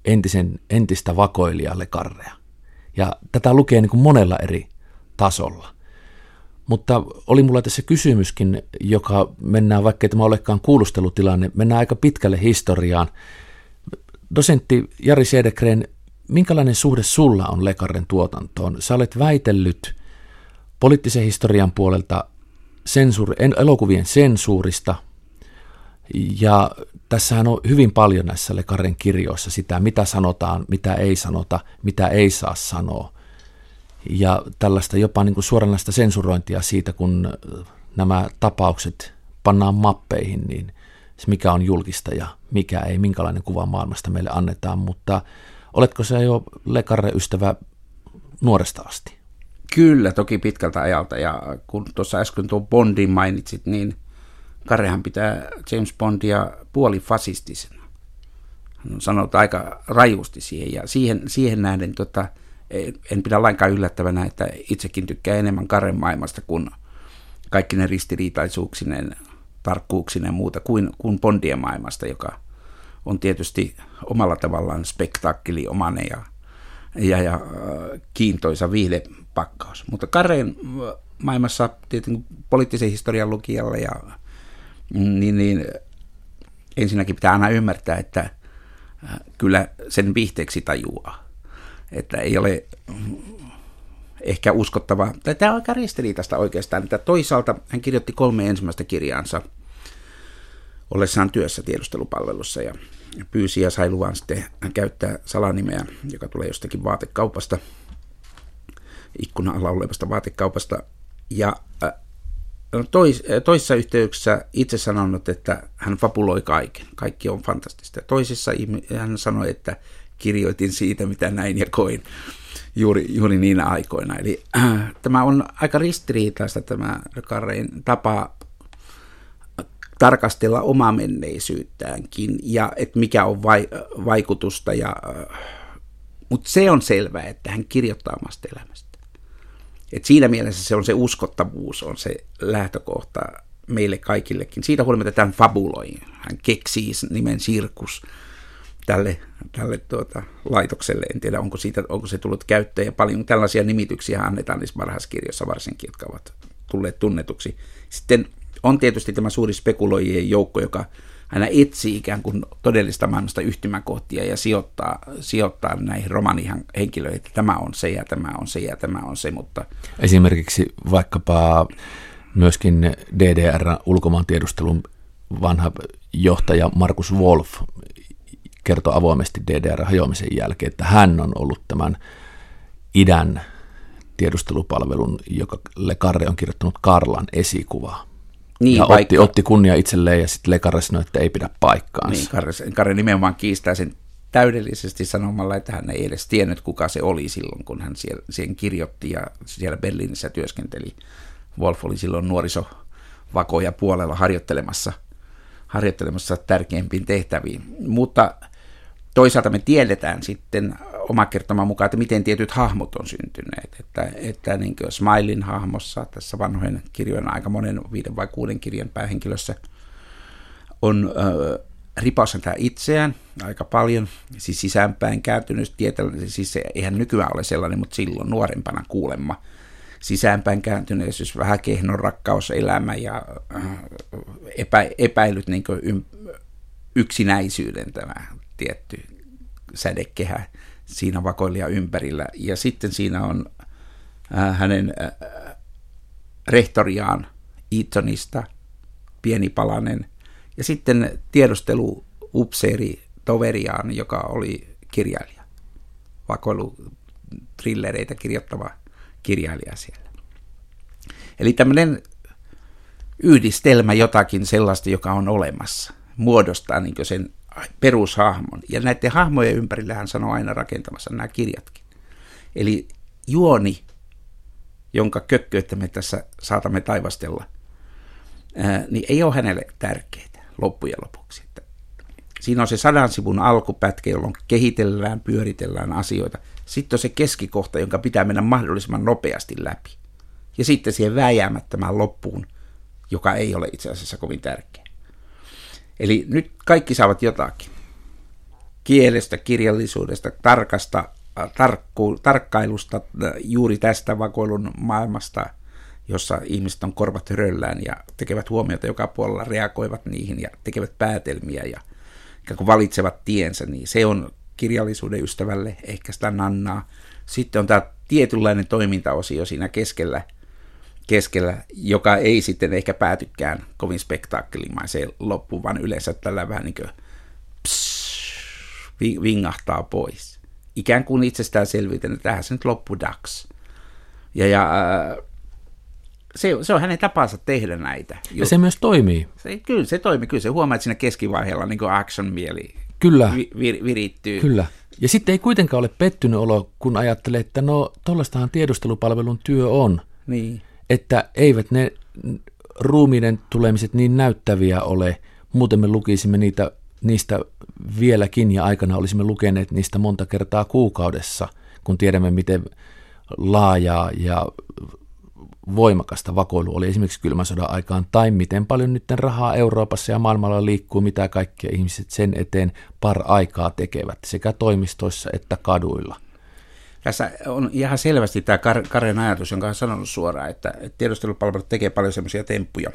entistä vakoilija Le Carrea. Ja tätä lukee niin kuin monella eri tasolla. Mutta oli mulla tässä kysymyskin, joka mennään, vaikka ei tämä olekaan kuulustelutilanne, mennään aika pitkälle historiaan. Dosentti Jari Cedergren, minkälainen suhde sulla on Le Carren tuotantoon? Sä olet väitellyt poliittisen historian puolelta elokuvien sensuurista, ja tässähän on hyvin paljon näissä Le Carren kirjoissa sitä, mitä sanotaan, mitä ei sanota, mitä ei saa sanoa. Ja tällaista jopa niin kuin suoranaista sensurointia siitä, kun nämä tapaukset pannaan mappeihin, niin mikä on julkista ja mikä ei, minkälainen kuva maailmasta meille annetaan. Mutta oletko sä jo Le Carre-ystävä nuoresta asti? Kyllä, toki pitkältä ajalta. Ja kun tuossa äsken tuon Bondin mainitsit, niin Carrehan pitää James Bondia puolifasistisena. Hän sanoo aika rajusti siihen, ja siihen nähden en pidä lainkaan yllättävänä, että itsekin tykkää enemmän Carren maailmasta kuin kaikki ne ristiriitaisuuksinen, tarkkuuksinen muuta kuin Bondien maailmasta, joka on tietysti omalla tavallaan spektaakkeliomainen ja kiintoisa viihdepakkaus. Mutta Carren maailmassa tietenkin poliittisen historian lukijalle niin ensinnäkin pitää aina ymmärtää, että kyllä sen vihteeksi tajuaa. Että ei ole ehkä uskottavaa. Tämä on aika ristiriitaista oikeastaan, että toisaalta hän kirjoitti 3 ensimmäistä kirjaansa ollessaan työssä tiedustelupalvelussa ja pyysi ja sai luvan sitten käyttää salanimeä, joka tulee jostakin vaatekaupasta, ikkuna-alla olevasta vaatekaupasta. Ja toisessa yhteyksessä itse sanonut, että hän fabuloi kaiken. Kaikki on fantastista. Toisessa hän sanoi, että kirjoitin siitä, mitä näin ja koin juuri niinä aikoina. Eli tämä on aika ristiriitaista tämä Le Carrén tapa tarkastella omaa menneisyyttäänkin ja että mikä on vaikutusta. Mutta se on selvää, että hän kirjoittaa omasta elämästä. Et siinä mielessä se on se uskottavuus, on se lähtökohta meille kaikillekin. Siitä huolimatta tämän fabuloi. Hän keksii nimen Sirkus tälle laitokselle. En tiedä, onko se tullut käyttöön. Ja paljon tällaisia nimityksiä annetaan niissä varhaiskirjoissa varsinkin, jotka ovat tulleet tunnetuksi. Sitten on tietysti tämä suuri spekuloijien joukko, joka aina etsii ikään kuin todellista maailmasta yhtymäkohtia ja sijoittaa näihin romanihenkilöihin, että tämä on se ja tämä on se ja tämä on se. Mutta esimerkiksi vaikkapa myöskin DDR-ulkomaantiedustelun vanha johtaja Markus Wolf kertoi avoimesti DDR-hajoamisen jälkeen, että hän on ollut tämän idän tiedustelupalvelun, joka Le Carré on kirjoittanut Karlan esikuva. Niin, ja otti kunnia itselleen ja sitten Le Carré sanoi, että ei pidä paikkaansa. Niin, Carré nimenomaan kiistää sen täydellisesti sanomalla, että hän ei edes tiennyt, kuka se oli silloin, kun hän siihen kirjoitti ja siellä Berliinissä työskenteli. Wolf oli silloin nuorisovakoja puolella harjoittelemassa tärkeimpiin tehtäviin. Mutta toisaalta me tiedetään sitten oma kertoman mukaan, että miten tietyt hahmot on syntyneet. Että niin kuin Smailin hahmossa, tässä vanhojen kirjojen aika monen 5 vai 6 kirjan päähenkilössä, on ripaus itseään aika paljon, siis sisäänpäin kääntynyt, siis eihän nykyään ole sellainen, mutta silloin nuorempana kuulemma. Sisäänpäin kääntyneisyys, vähän kehnon rakkauselämä ja epäilyt niin kuin yksinäisyyden tämä tietty sädekehä siinä vakoilija ympärillä. Ja sitten siinä on hänen rehtoriaan Eatonista, pieni palanen, ja sitten tiedusteluupseeri toveriaan, joka oli kirjailija, vakoilutrillereitä kirjoittava kirjailija siellä. Eli tämmöinen yhdistelmä jotakin sellaista, joka on olemassa, muodostaa niin kuin sen perushahmon. Ja näiden hahmojen ympärillä hän sanoo aina rakentamassa nämä kirjatkin. Eli juoni, jonka kökköyttä me tässä saatamme taivastella, niin ei ole hänelle tärkeää loppujen lopuksi. Siinä on se 100 sivun alkupätkä, jolloin kehitellään, pyöritellään asioita. Sitten on se keskikohta, jonka pitää mennä mahdollisimman nopeasti läpi. Ja sitten siihen vääjäämättömään loppuun, joka ei ole itse asiassa kovin tärkeä. Eli nyt kaikki saavat jotakin. Kielestä, kirjallisuudesta, tarkkailusta, juuri tästä vakoilun maailmasta, jossa ihmiset on korvat höröllään ja tekevät huomiota joka puolella, reagoivat niihin ja tekevät päätelmiä ja ikään kuin valitsevat tiensä, niin se on kirjallisuuden ystävälle ehkä sitä nannaa. Sitten on tämä tietynlainen toimintaosio siinä keskellä, joka ei sitten ehkä päätykään kovin spektaakkelimaiseen loppuun, vaan yleensä tällä vähän niin kuin vingahtaa pois. Ikään kuin itsestään selviytän, että tähän se nyt loppudaksi. Ja se on hänen tapansa tehdä näitä. Ja se myös toimii. Kyllä se toimii. Kyllä se huomaa, että siinä keskivaiheella niin kuin action-mieli virittyy. Kyllä. Ja sitten ei kuitenkaan ole pettynyt olo, kun ajattelee, että no tollaistahan tiedustelupalvelun työ on. Niin. Että eivät ne ruumiiden tulemiset niin näyttäviä ole. Muuten me lukisimme niistä vieläkin ja aikana olisimme lukeneet niistä monta kertaa kuukaudessa, kun tiedämme, miten laajaa ja voimakasta vakoilu oli esimerkiksi kylmän sodan aikaan, tai miten paljon nyt rahaa Euroopassa ja maailmalla liikkuu, mitä kaikkia ihmiset sen eteen aikaa tekevät, sekä toimistoissa että kaduilla. Tässä on ihan selvästi tämä Carrén ajatus, jonka hän sanonut suoraan, että tiedustelupalvelut tekee paljon semmoisia temppuja,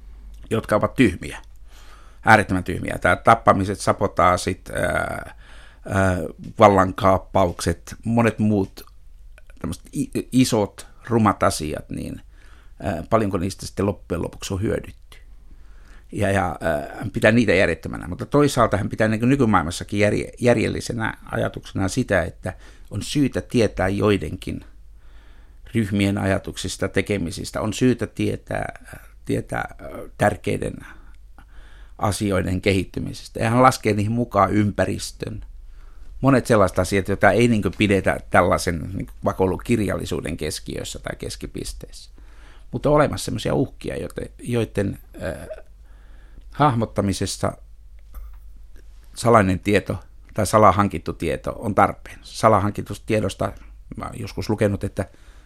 jotka ovat tyhmiä, äärettömän tyhmiä. Tämä tappamiset, sabotaasit, vallankaappaukset, monet muut tämmöiset isot, rumat asiat, paljonko niistä sitten loppujen lopuksi on hyödytty. Ja hän pitää niitä järjettömänä, mutta toisaalta hän pitää niin nykymaailmassakin järjellisenä ajatuksena sitä, että on syytä tietää joidenkin ryhmien ajatuksista, tekemisistä, on syytä tietää tärkeiden asioiden kehittymisestä. Ja hän laskee niihin mukaan ympäristön. Monet sellaiset asiat, joita ei niin pidetä tällaisen vakoilukirjallisuuden keskiössä tai keskipisteessä. Mutta on olemassa sellaisia uhkia, joiden hahmottamisessa salainen tieto tai salahankittu tieto on tarpeen. Salahankitusta tiedosta mä olen joskus lukenut, että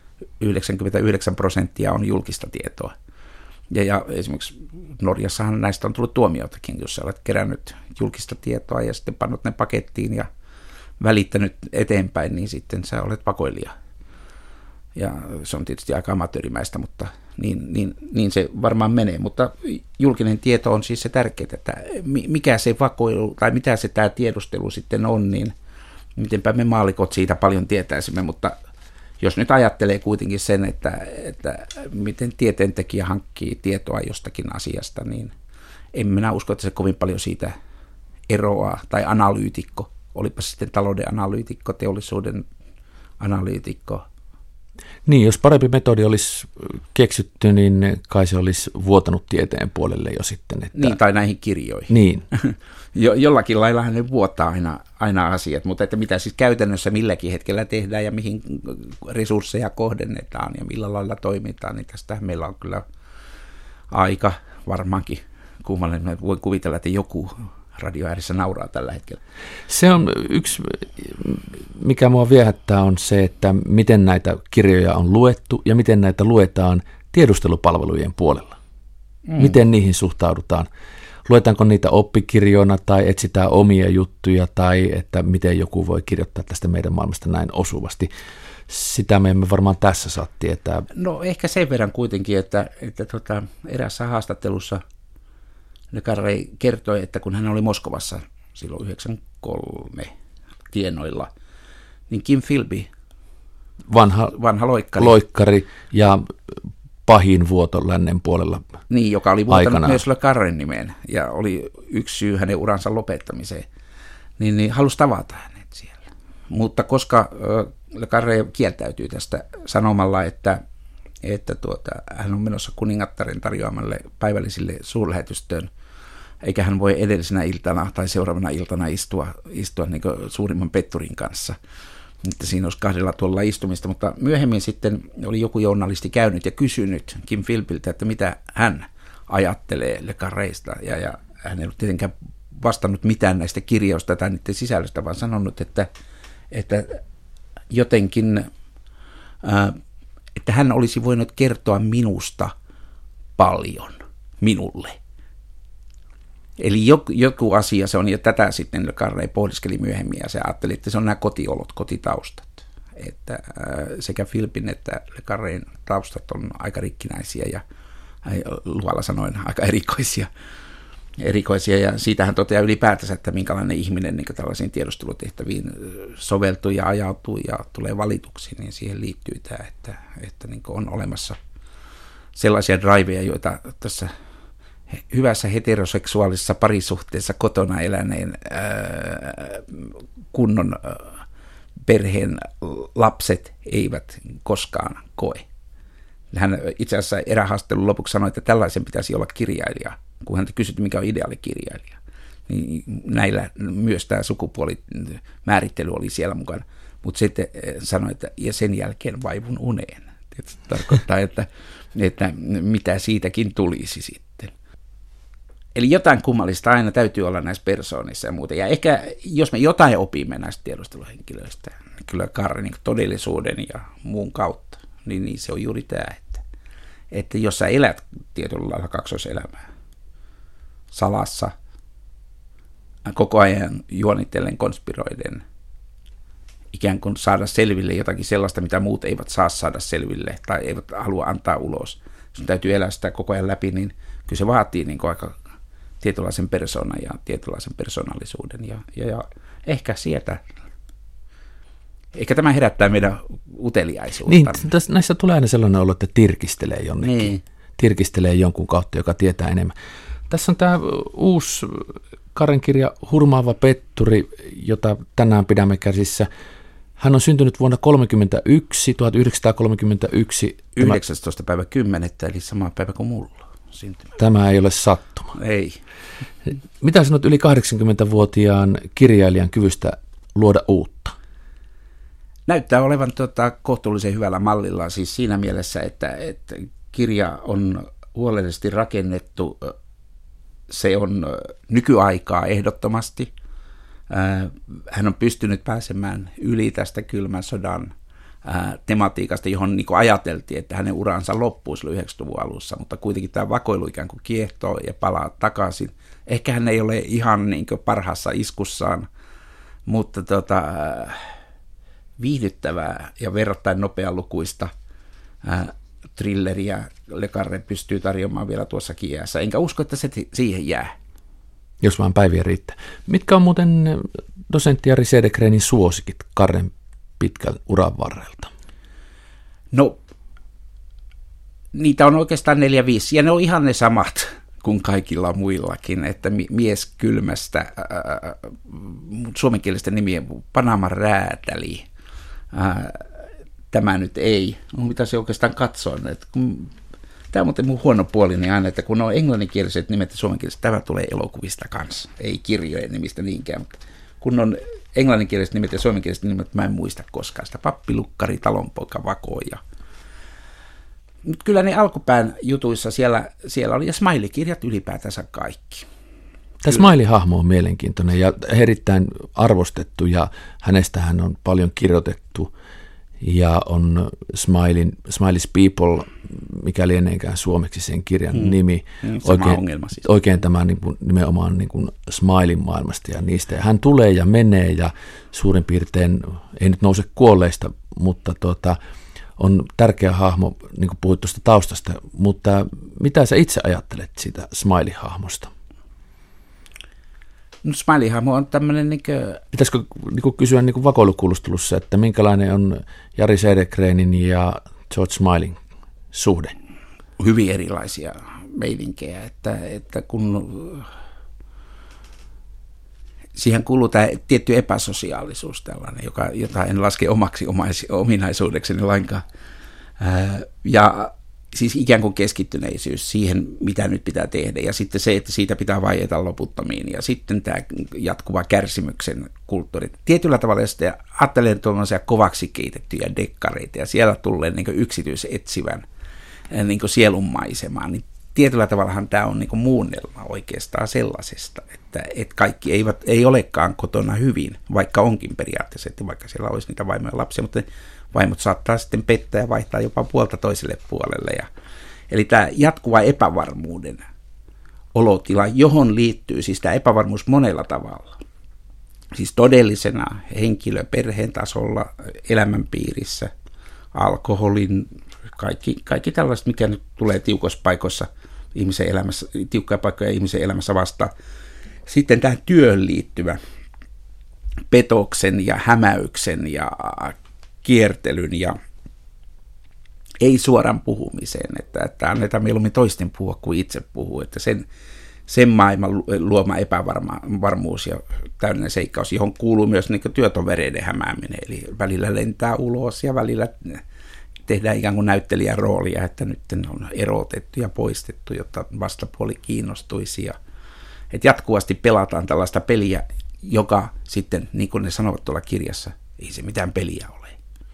99% on julkista tietoa. Ja esimerkiksi Norjassahan näistä on tullut tuomioitakin, jos sä olet kerännyt julkista tietoa ja sitten pannut ne pakettiin ja välittänyt eteenpäin, niin sitten sä olet vakoilija. Ja se on tietysti aika amatöörimäistä, mutta niin se varmaan menee. Mutta julkinen tieto on siis se tärkeää, että mikä se vakoilu tai mitä se tämä tiedustelu sitten on, niin mitenpä me maallikot siitä paljon tietäisimme, mutta jos nyt ajattelee kuitenkin sen, että miten tieteentekijä hankkii tietoa jostakin asiasta, niin en minä usko, että se kovin paljon siitä eroaa, tai analyytikko, olipa sitten talouden analyytikko, teollisuuden analyytikko. Niin, jos parempi metodi olisi keksitty, niin kai se olisi vuotanut tieteen puolelle jo sitten. Että... Niin, tai näihin kirjoihin. Niin. Jollakin laillahan ne vuotaa aina asiat, mutta että mitä siis käytännössä milläkin hetkellä tehdään ja mihin resursseja kohdennetaan ja millä lailla toimitaan, niin tästä meillä on kyllä aika varmaankin kummallinen. Voin kuvitella, että joku radio ääressä nauraa tällä hetkellä. Se on yksi, mikä mua viehättää, on se, että miten näitä kirjoja on luettu ja miten näitä luetaan tiedustelupalvelujen puolella. Miten niihin suhtaudutaan? Luetaanko niitä oppikirjoina tai etsitään omia juttuja tai että miten joku voi kirjoittaa tästä meidän maailmasta näin osuvasti? Sitä me emme varmaan tässä saa tietää. No ehkä sen verran kuitenkin, että eräässä haastattelussa Le Carré kertoi, että kun hän oli Moskovassa silloin 93 tienoilla, niin Kim Philby, vanha loikkari ja pahin vuoto lännen puolella niin, joka oli vuotanut aikanaan myös Le Carrén nimeen ja oli yksi syy hänen uransa lopettamiseen, niin halusi tavata hänet siellä. Mutta koska Le Carré kieltäytyy tästä sanomalla, että hän on menossa kuningattaren tarjoamalle päivällisille suurlähetystöön, eikä hän voi edellisenä iltana tai seuraavana iltana istua niin kuin suurimman petturin kanssa. Että siinä olisi kahdella tuolla istumista, mutta myöhemmin sitten oli joku journalisti käynyt ja kysynyt Kim Philbyltä, että mitä hän ajattelee Le Carrésta, ja hän ei ollut tietenkään vastannut mitään näistä kirjoista tai niiden sisällöstä, vaan sanonut, että jotenkin, että hän olisi voinut kertoa minusta paljon minulle. Eli joku asia se on, ja tätä sitten Le Carré pohdiskeli myöhemmin, ja se ajatteli, että se on nämä kotiolot, kotitaustat. Että sekä Philbyn että Le Carrén taustat on aika rikkinäisiä ja luvalla sanoen aika erikoisia, ja siitä hän toteaa ylipäätänsä, että minkälainen ihminen niin tällaisiin tiedustelutehtäviin soveltuu ja ajautuu ja tulee valituksi, niin siihen liittyy tämä, että niin on olemassa sellaisia driveja, joita tässä hyvässä heteroseksuaalisessa parisuhteessa kotona eläneen kunnon perheen lapset eivät koskaan koe. Hän itse asiassa erähaastelun lopuksi sanoi, että tällaisen pitäisi olla kirjailija, kun häntä kysyttiin, mikä on ideaalikirjailija. Niin näillä myös tämä sukupuolimäärittely oli siellä mukana. Mutta sitten sanoi, että ja sen jälkeen vaivun uneen. Tietysti tarkoittaa, että mitä siitäkin tulisi sitten. Eli jotain kummallista aina täytyy olla näissä persoonissa ja muuta. Ja ehkä jos me jotain opimme näistä tiedusteluhenkilöistä, kyllä Carrén todellisuuden ja muun kautta, niin se on juuri tämä, että jos sä elät tietyllä lailla kaksoiselämää salassa, koko ajan juonitellen, konspiroiden, ikään kuin saada selville jotakin sellaista, mitä muut eivät saa saada selville tai eivät halua antaa ulos. Sun täytyy elää sitä koko ajan läpi, niin kyllä se vaatii niin aika tietynlaisen persoonan ja tietynlaisen persoonallisuuden. Ja ehkä sieltä. Ehkä tämä herättää meidän uteliaisuutta. Niin, näissä tulee aina sellainen olo, että tirkistelee jonnekin. Niin. Tirkistelee jonkun kautta, joka tietää enemmän. Tässä on tämä uusi Karen kirja Hurmaava petturi, jota tänään pidämme käsissä. Hän on syntynyt vuonna 1931. 19. päivä 10. eli sama päivä kuin mulla syntymä. Tämä ei ole sattuma. Ei. Mitä sanot yli 80-vuotiaan kirjailijan kyvystä luoda uutta? Näyttää olevan kohtuullisen hyvällä mallilla, siis siinä mielessä, että kirja on huolellisesti rakennettu, se on nykyaikaa ehdottomasti. Hän on pystynyt pääsemään yli tästä kylmän sodan tematiikasta, johon niin kuin ajateltiin, että hänen uransa loppuisi 90-luvun alussa, mutta kuitenkin tämä vakoilu ikään kuin kiehtoo ja palaa takaisin. Ehkä hän ei ole ihan niin kuin parhaassa iskussaan, mutta viihdyttävää ja verrattain nopealukuista thrilleriä Le Carré pystyy tarjoamaan vielä tuossakin iässä. Enkä usko, että se siihen jää. Jos vaan päiviä riittää. Mitkä on muuten dosentti Jari Cedergrenin suosikit Carren pitkän uran varrelta? No, niitä on oikeastaan 4-5, ja ne on ihan ne samat kuin kaikilla muillakin, että mies kylmästä, suomenkielisten nimien Panaman räätäli, tämä nyt ei, pitäisi oikeastaan katsoa, että tämä on muuten mun huono puoli niin aina, että kun on englanninkieliset nimet ja suomenkieliset, tämä tulee elokuvista kanssa, ei kirjojen nimistä niinkään, mutta kun on englanninkieliset nimet ja suomenkieliset nimet, mä en muista koskaan sitä. Pappilukkari, talonpoika, vakoja. Mutta kyllä ne alkupään jutuissa siellä oli, ja smiley-kirjat ylipäätänsä kaikki. Tämä Smiley-hahmo on mielenkiintoinen ja erittäin arvostettu, ja hänestähän on paljon kirjoitettu, ja on Smiley's People, mikä lieneekään suomeksi sen kirjan nimi. Oikein tämä nimenomaan niin kuin Smileyn maailmasta ja niistä. Ja hän tulee ja menee ja suurin piirtein, ei nyt nouse kuolleista, mutta on tärkeä hahmo, niin kuin puhuit tuosta taustasta. Mutta mitä sä itse ajattelet siitä Smiley-hahmosta? No, Smiley-hahmo on tämmöinen pitäisikö kysyä vakoilukuulustelussa, että minkälainen on Jari Cedergrenin ja George Smileyn suhde? Hyvin erilaisia meininkejä, että kun siihen kuuluu tämä tietty epäsosiaalisuus tällainen, jota en laske omaksi ominaisuudekseni lainkaan, ja siis ikään kuin keskittyneisyys siihen, mitä nyt pitää tehdä, ja sitten se, että siitä pitää vaieta loputtomiin, ja sitten tämä jatkuva kärsimyksen kulttuuri. Tietyllä tavalla sitten ajattelen tuollaisia kovaksi keitettyjä dekkareita, ja siellä tulee niin yksityisetsivän niin sielunmaisemaan, niin tietyllä tavallahan tämä on niin muunnelma oikeastaan sellaisesta, että kaikki ei olekaan kotona hyvin, vaikka onkin periaatteessa, että vaikka siellä olisi niitä vaimoja lapsia, mutta vaimot saattaa sitten pettää ja vaihtaa jopa puolta toiselle puolelle. Eli tämä jatkuva epävarmuuden olotila, johon liittyy siis tämä epävarmuus monella tavalla. Siis todellisena henkilö perheen tasolla, elämänpiirissä, alkoholin, kaikki tällaiset, mikä nyt tulee tiukoissa paikoissa ihmisen elämässä, tiukkoja paikkoja ihmisen elämässä vastaan. Sitten tähän työhön liittyvä petoksen ja hämäyksen ja kiertelyn ja ei suoran puhumiseen, että annetaan mieluummin toisten puhua kuin itse puhua, että sen maailman luoma epävarmuus ja täydellinen seikkaus, johon kuuluu myös niin työtovereiden hämääminen, eli välillä lentää ulos ja välillä tehdään ikään kuin näyttelijän roolia, että nyt on erotettu ja poistettu, jotta vastapuoli kiinnostuisi. Että jatkuvasti pelataan tällaista peliä, joka sitten, niin kuin ne sanovat tuolla kirjassa, ei se mitään peliä ole.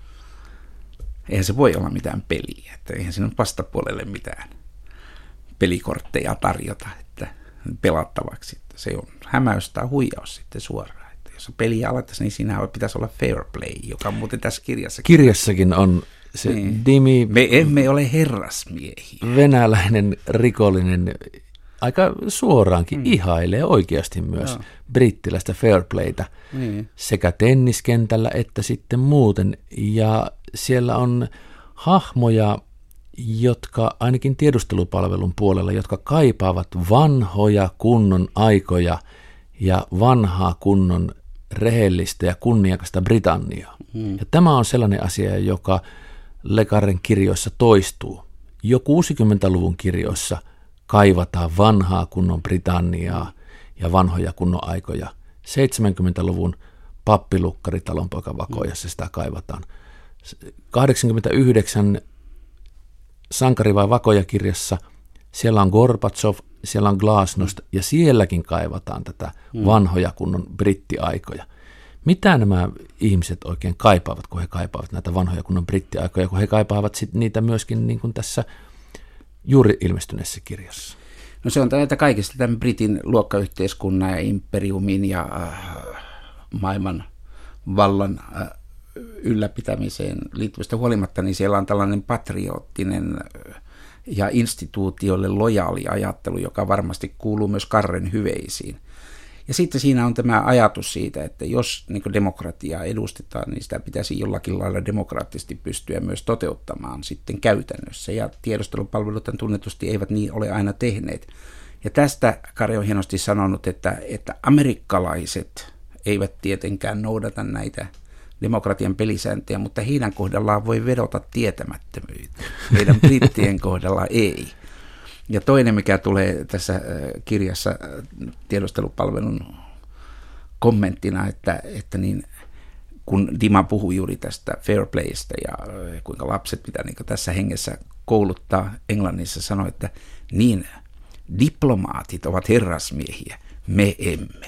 Eihän se voi olla mitään peliä, että eihän siinä vastapuolelle mitään pelikortteja tarjota että pelattavaksi. Että se on hämäys tai huijaus sitten suoraan. Että jos peliä alettaisiin, niin siinä pitäisi olla fair play, joka on muuten tässä kirjassakin. Kirjassakin on se Dimi. Me emme ole herrasmiehiä. Venäläinen rikollinen aika suoraankin ihailee oikeasti myös brittiläistä fair playtä sekä tenniskentällä että sitten muuten. Ja siellä on hahmoja, jotka ainakin tiedustelupalvelun puolella, jotka kaipaavat vanhoja kunnon aikoja ja vanhaa kunnon rehellistä ja kunniakasta Britanniaa. Ja tämä on sellainen asia, joka Le Carren kirjoissa toistuu. Jo 60-luvun kirjoissa kaivataan vanhaa kunnon Britanniaa ja vanhoja kunnon aikoja. 70-luvun pappilukkari talonpoikavakoijassa sitä kaivataan. 89 Sankari vai vakoja-kirjassa siellä on Gorbatsov, siellä on Glasnost ja sielläkin kaivataan tätä vanhoja kunnon brittiaikoja. Mitä nämä ihmiset oikein kaipaavat, kun he kaipaavat näitä vanhoja kunnon brittiaikoja, kun he kaipaavat sit niitä myöskin niin kuin tässä juuri ilmestyneessä kirjassa? No se on näitä kaikista tämän Britin luokkayhteiskunnan ja imperiumin ja maailman vallan ylläpitämiseen liittyvästä huolimatta, niin siellä on tällainen patriottinen ja instituutioille lojaali ajattelu, joka varmasti kuuluu myös Carren hyveisiin. Ja sitten siinä on tämä ajatus siitä, että jos niin demokratiaa edustetaan, niin sitä pitäisi jollakin lailla demokraattisesti pystyä myös toteuttamaan sitten käytännössä. Ja tiedustelupalvelut tunnetusti eivät niin ole aina tehneet. Ja tästä Carre on hienosti sanonut, että amerikkalaiset eivät tietenkään noudata näitä demokratian pelisääntöjä, mutta heidän kohdallaan voi vedota tietämättömyyttä. Meidän brittien kohdalla ei. Ja toinen, mikä tulee tässä kirjassa tiedustelupalvelun kommenttina, että niin, kun Dima puhui juuri tästä fair playstä ja kuinka lapset pitää niin tässä hengessä kouluttaa, Englannissa sanoi, että niin, diplomaatit ovat herrasmiehiä, me emme.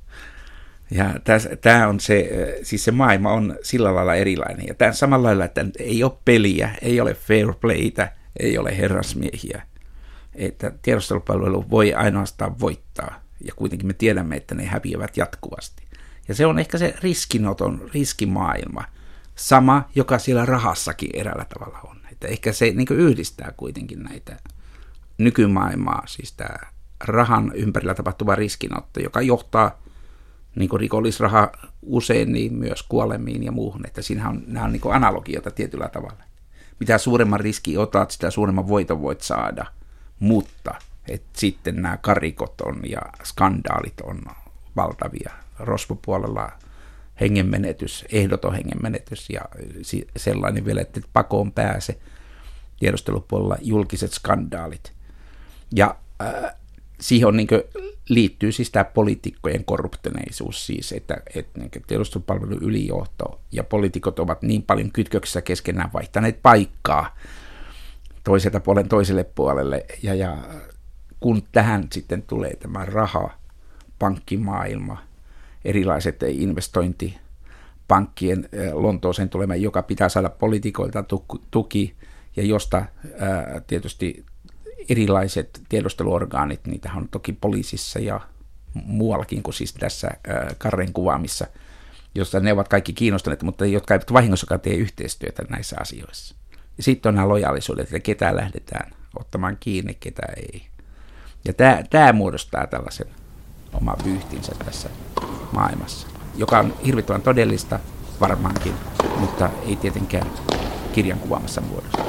Ja tämä on se, siis se maailma on sillä lailla erilainen. Ja tämä samalla lailla, että ei ole peliä, ei ole fair playtä, ei ole herrasmiehiä. Että tiedustelupalvelu voi ainoastaan voittaa, ja kuitenkin me tiedämme, että ne häviävät jatkuvasti. Ja se on ehkä se riskinoton, riskimaailma, sama, joka siellä rahassakin eräällä tavalla on. Että ehkä se niin kuin yhdistää kuitenkin näitä nykymaailmaa, siis tämä rahan ympärillä tapahtuva riskinotto, joka johtaa niin kuin rikollisraha usein niin myös kuolemiin ja muuhun, että nämä on niin kuin analogioita tietyllä tavalla. Mitä suuremman riskin otat, sitä suuremman voiton voit saada. Mutta sitten nämä karikot on ja skandaalit on valtavia. Rosvopuolella hengenmenetys, ehdoton hengenmenetys ja sellainen vielä, että pakoon pääse. Tiedustelupuolella julkiset skandaalit. Ja siihen on, niin kuin, liittyy siis tämä poliitikkojen korruptoneisuus, siis, että niin tiedustelupalvelun ylijohto ja poliitikot ovat niin paljon kytköksissä keskenään vaihtaneet paikkaa toiselta puolen toiselle puolelle, ja kun tähän sitten tulee tämä raha, pankkimaailma, erilaiset investointipankkien Lontooseen tulema, joka pitää saada poliitikoilta tuki, ja josta tietysti erilaiset tiedusteluorgaanit, niitä on toki poliisissa ja muuallakin kuin siis tässä Carren kuvaamissa, josta ne ovat kaikki kiinnostuneet, mutta jotka eivät vahingossakaan tee yhteistyötä näissä asioissa. Ja sitten on nämä lojaalisuudet, että ketä lähdetään ottamaan kiinni, ketä ei. Ja tämä muodostaa tällaisen oman vyyhtinsä tässä maailmassa, joka on hirvittävän todellista varmaankin, mutta ei tietenkään kirjan kuvaamassa muodossa.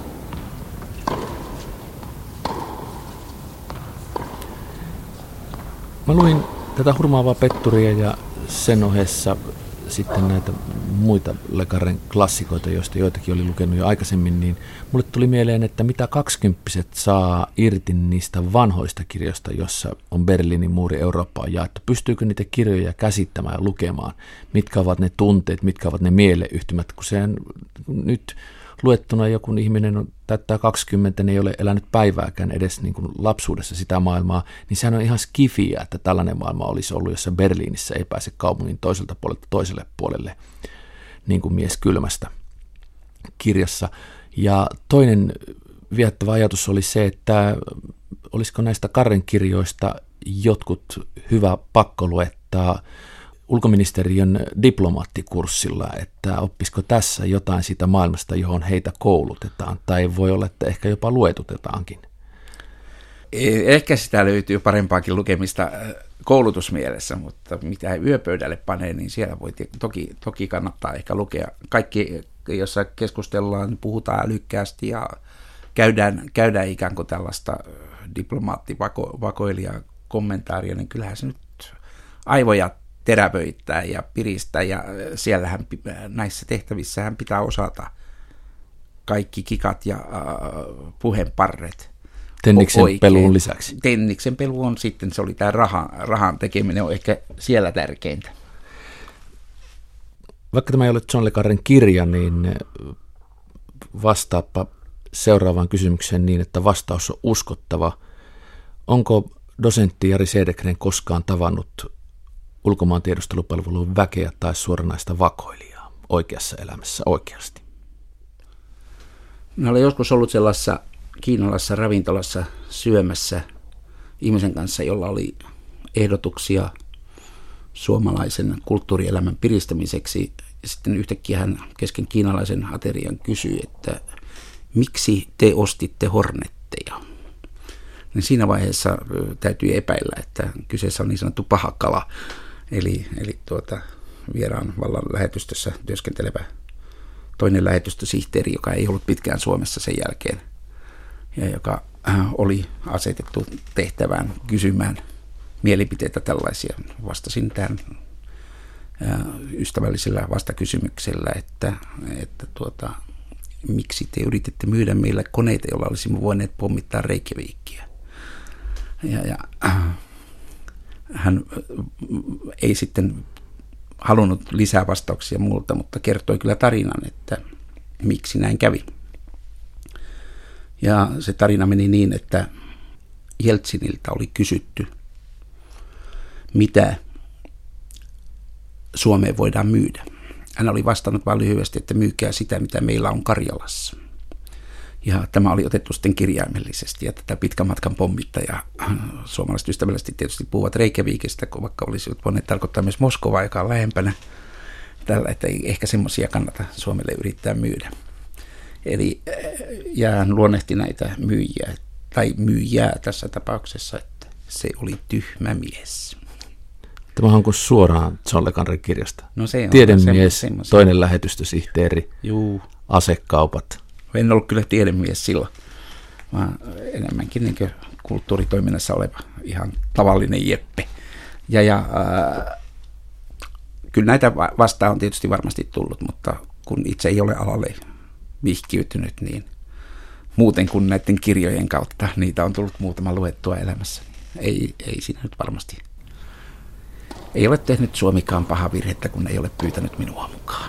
Mä luin tätä Hurmaavaa Petturia ja sen ohessa sitten näitä muita Le Carren klassikoita, joista joitakin oli lukenut jo aikaisemmin, niin mulle tuli mieleen, että mitä 20-vuotiaat saa irti niistä vanhoista kirjoista, jossa on Berliinin muuri, Eurooppa on jaettu. Pystyykö niitä kirjoja käsittämään ja lukemaan? Mitkä ovat ne tunteet, mitkä ovat ne mieleyhtymät? Kun sehän nyt luettuna joku ihminen täyttää 20, niin ei ole elänyt päivääkään edes niin kuin lapsuudessa sitä maailmaa, niin sehän on ihan skifiä, että tällainen maailma olisi ollut, jossa Berliinissä ei pääse kaupungin toiselta puolelta toiselle puolelle, niin kuin mies kylmästä kirjassa. Ja toinen viehättävä ajatus oli se, että olisiko näistä Carren kirjoista jotkut hyvä pakko luettaa ulkoministeriön diplomaattikurssilla, että oppisiko tässä jotain siitä maailmasta, johon heitä koulutetaan, tai voi olla, että ehkä jopa luetutetaankin. Ehkä sitä löytyy parempaakin lukemista koulutusmielessä, mutta mitä yöpöydälle panee, niin siellä voi toki kannattaa ehkä lukea. Kaikki, jossa keskustellaan, puhutaan älykkäästi ja käydään ikään kuin tällaista diplomaattivakoilijaa kommentaaria, niin kyllähän se nyt aivoja terävöittää ja piristää, ja siellähän näissä tehtävissähän pitää osata kaikki kikat ja puheenparret. Tenniksen peluun lisäksi. Tenniksen pelu on sitten, se oli tämä rahan tekeminen on ehkä siellä tärkeintä. Vaikka tämä ei ole John le Carren kirja, niin vastaappa seuraavaan kysymykseen niin, että vastaus on uskottava. Onko dosentti Jari Cedergren koskaan tavannut ulkomaan tiedustelupalvelun väkeä tai suoranaista vakoilijaa oikeassa elämässä oikeasti? Minä olen joskus ollut sellaisessa kiinalaisessa ravintolassa syömässä ihmisen kanssa, jolla oli ehdotuksia suomalaisen kulttuurielämän piristämiseksi. Sitten yhtäkkiä hän kesken kiinalaisen aterian kysyi, että miksi te ostitte Hornetteja? Niin siinä vaiheessa täytyy epäillä, että kyseessä on niin sanottu paha kala, eli vieraan vallan lähetystössä työskentelevä toinen lähetystösihteeri, joka ei ollut pitkään Suomessa sen jälkeen ja joka oli asetettu tehtävään kysymään mielipiteitä tällaisia. Vastasin tämän ystävällisellä vastakysymyksellä, että miksi te yrititte myydä meille koneita, joilla olisimme voineet pommittaa Reykjavikia. Ja hän ei sitten halunnut lisää vastauksia multa, mutta kertoi kyllä tarinan, että miksi näin kävi. Ja se tarina meni niin, että Jeltsiniltä oli kysytty, mitä Suomeen voidaan myydä. Hän oli vastannut vain lyhyesti, että myykää sitä, mitä meillä on Karjalassa. Ja tämä oli otettu sitten kirjaimellisesti, ja tätä pitkän matkan pommittaja, suomalaiset ystävällisesti tietysti puhuvat Reykjavikista, vaikka olisivat voineet tarkoittaa myös Moskovaa, joka on lähempänä tällä, että ei ehkä semmoisia kannata Suomelle yrittää myydä. Eli ja hän luonnehti näitä myyjiä, tai myyjää tässä tapauksessa, että se oli tyhmä mies. Tämä on kuin suoraan John le Carren kirjasta. No se on tiedemies, toinen lähetystösihteeri, asekaupat. En ollut kyllä tiedemies silloin, vaan enemmänkin niin kuin kulttuuritoiminnassa oleva ihan tavallinen jeppe. Kyllä näitä vastaan on tietysti varmasti tullut, mutta kun itse ei ole alalle vihkiytynyt, niin muuten kuin näiden kirjojen kautta niitä on tullut muutama luettua elämässä. Ei siinä nyt varmasti. Ei ole tehnyt Suomikaan paha virhettä, kun ei ole pyytänyt minua mukaan.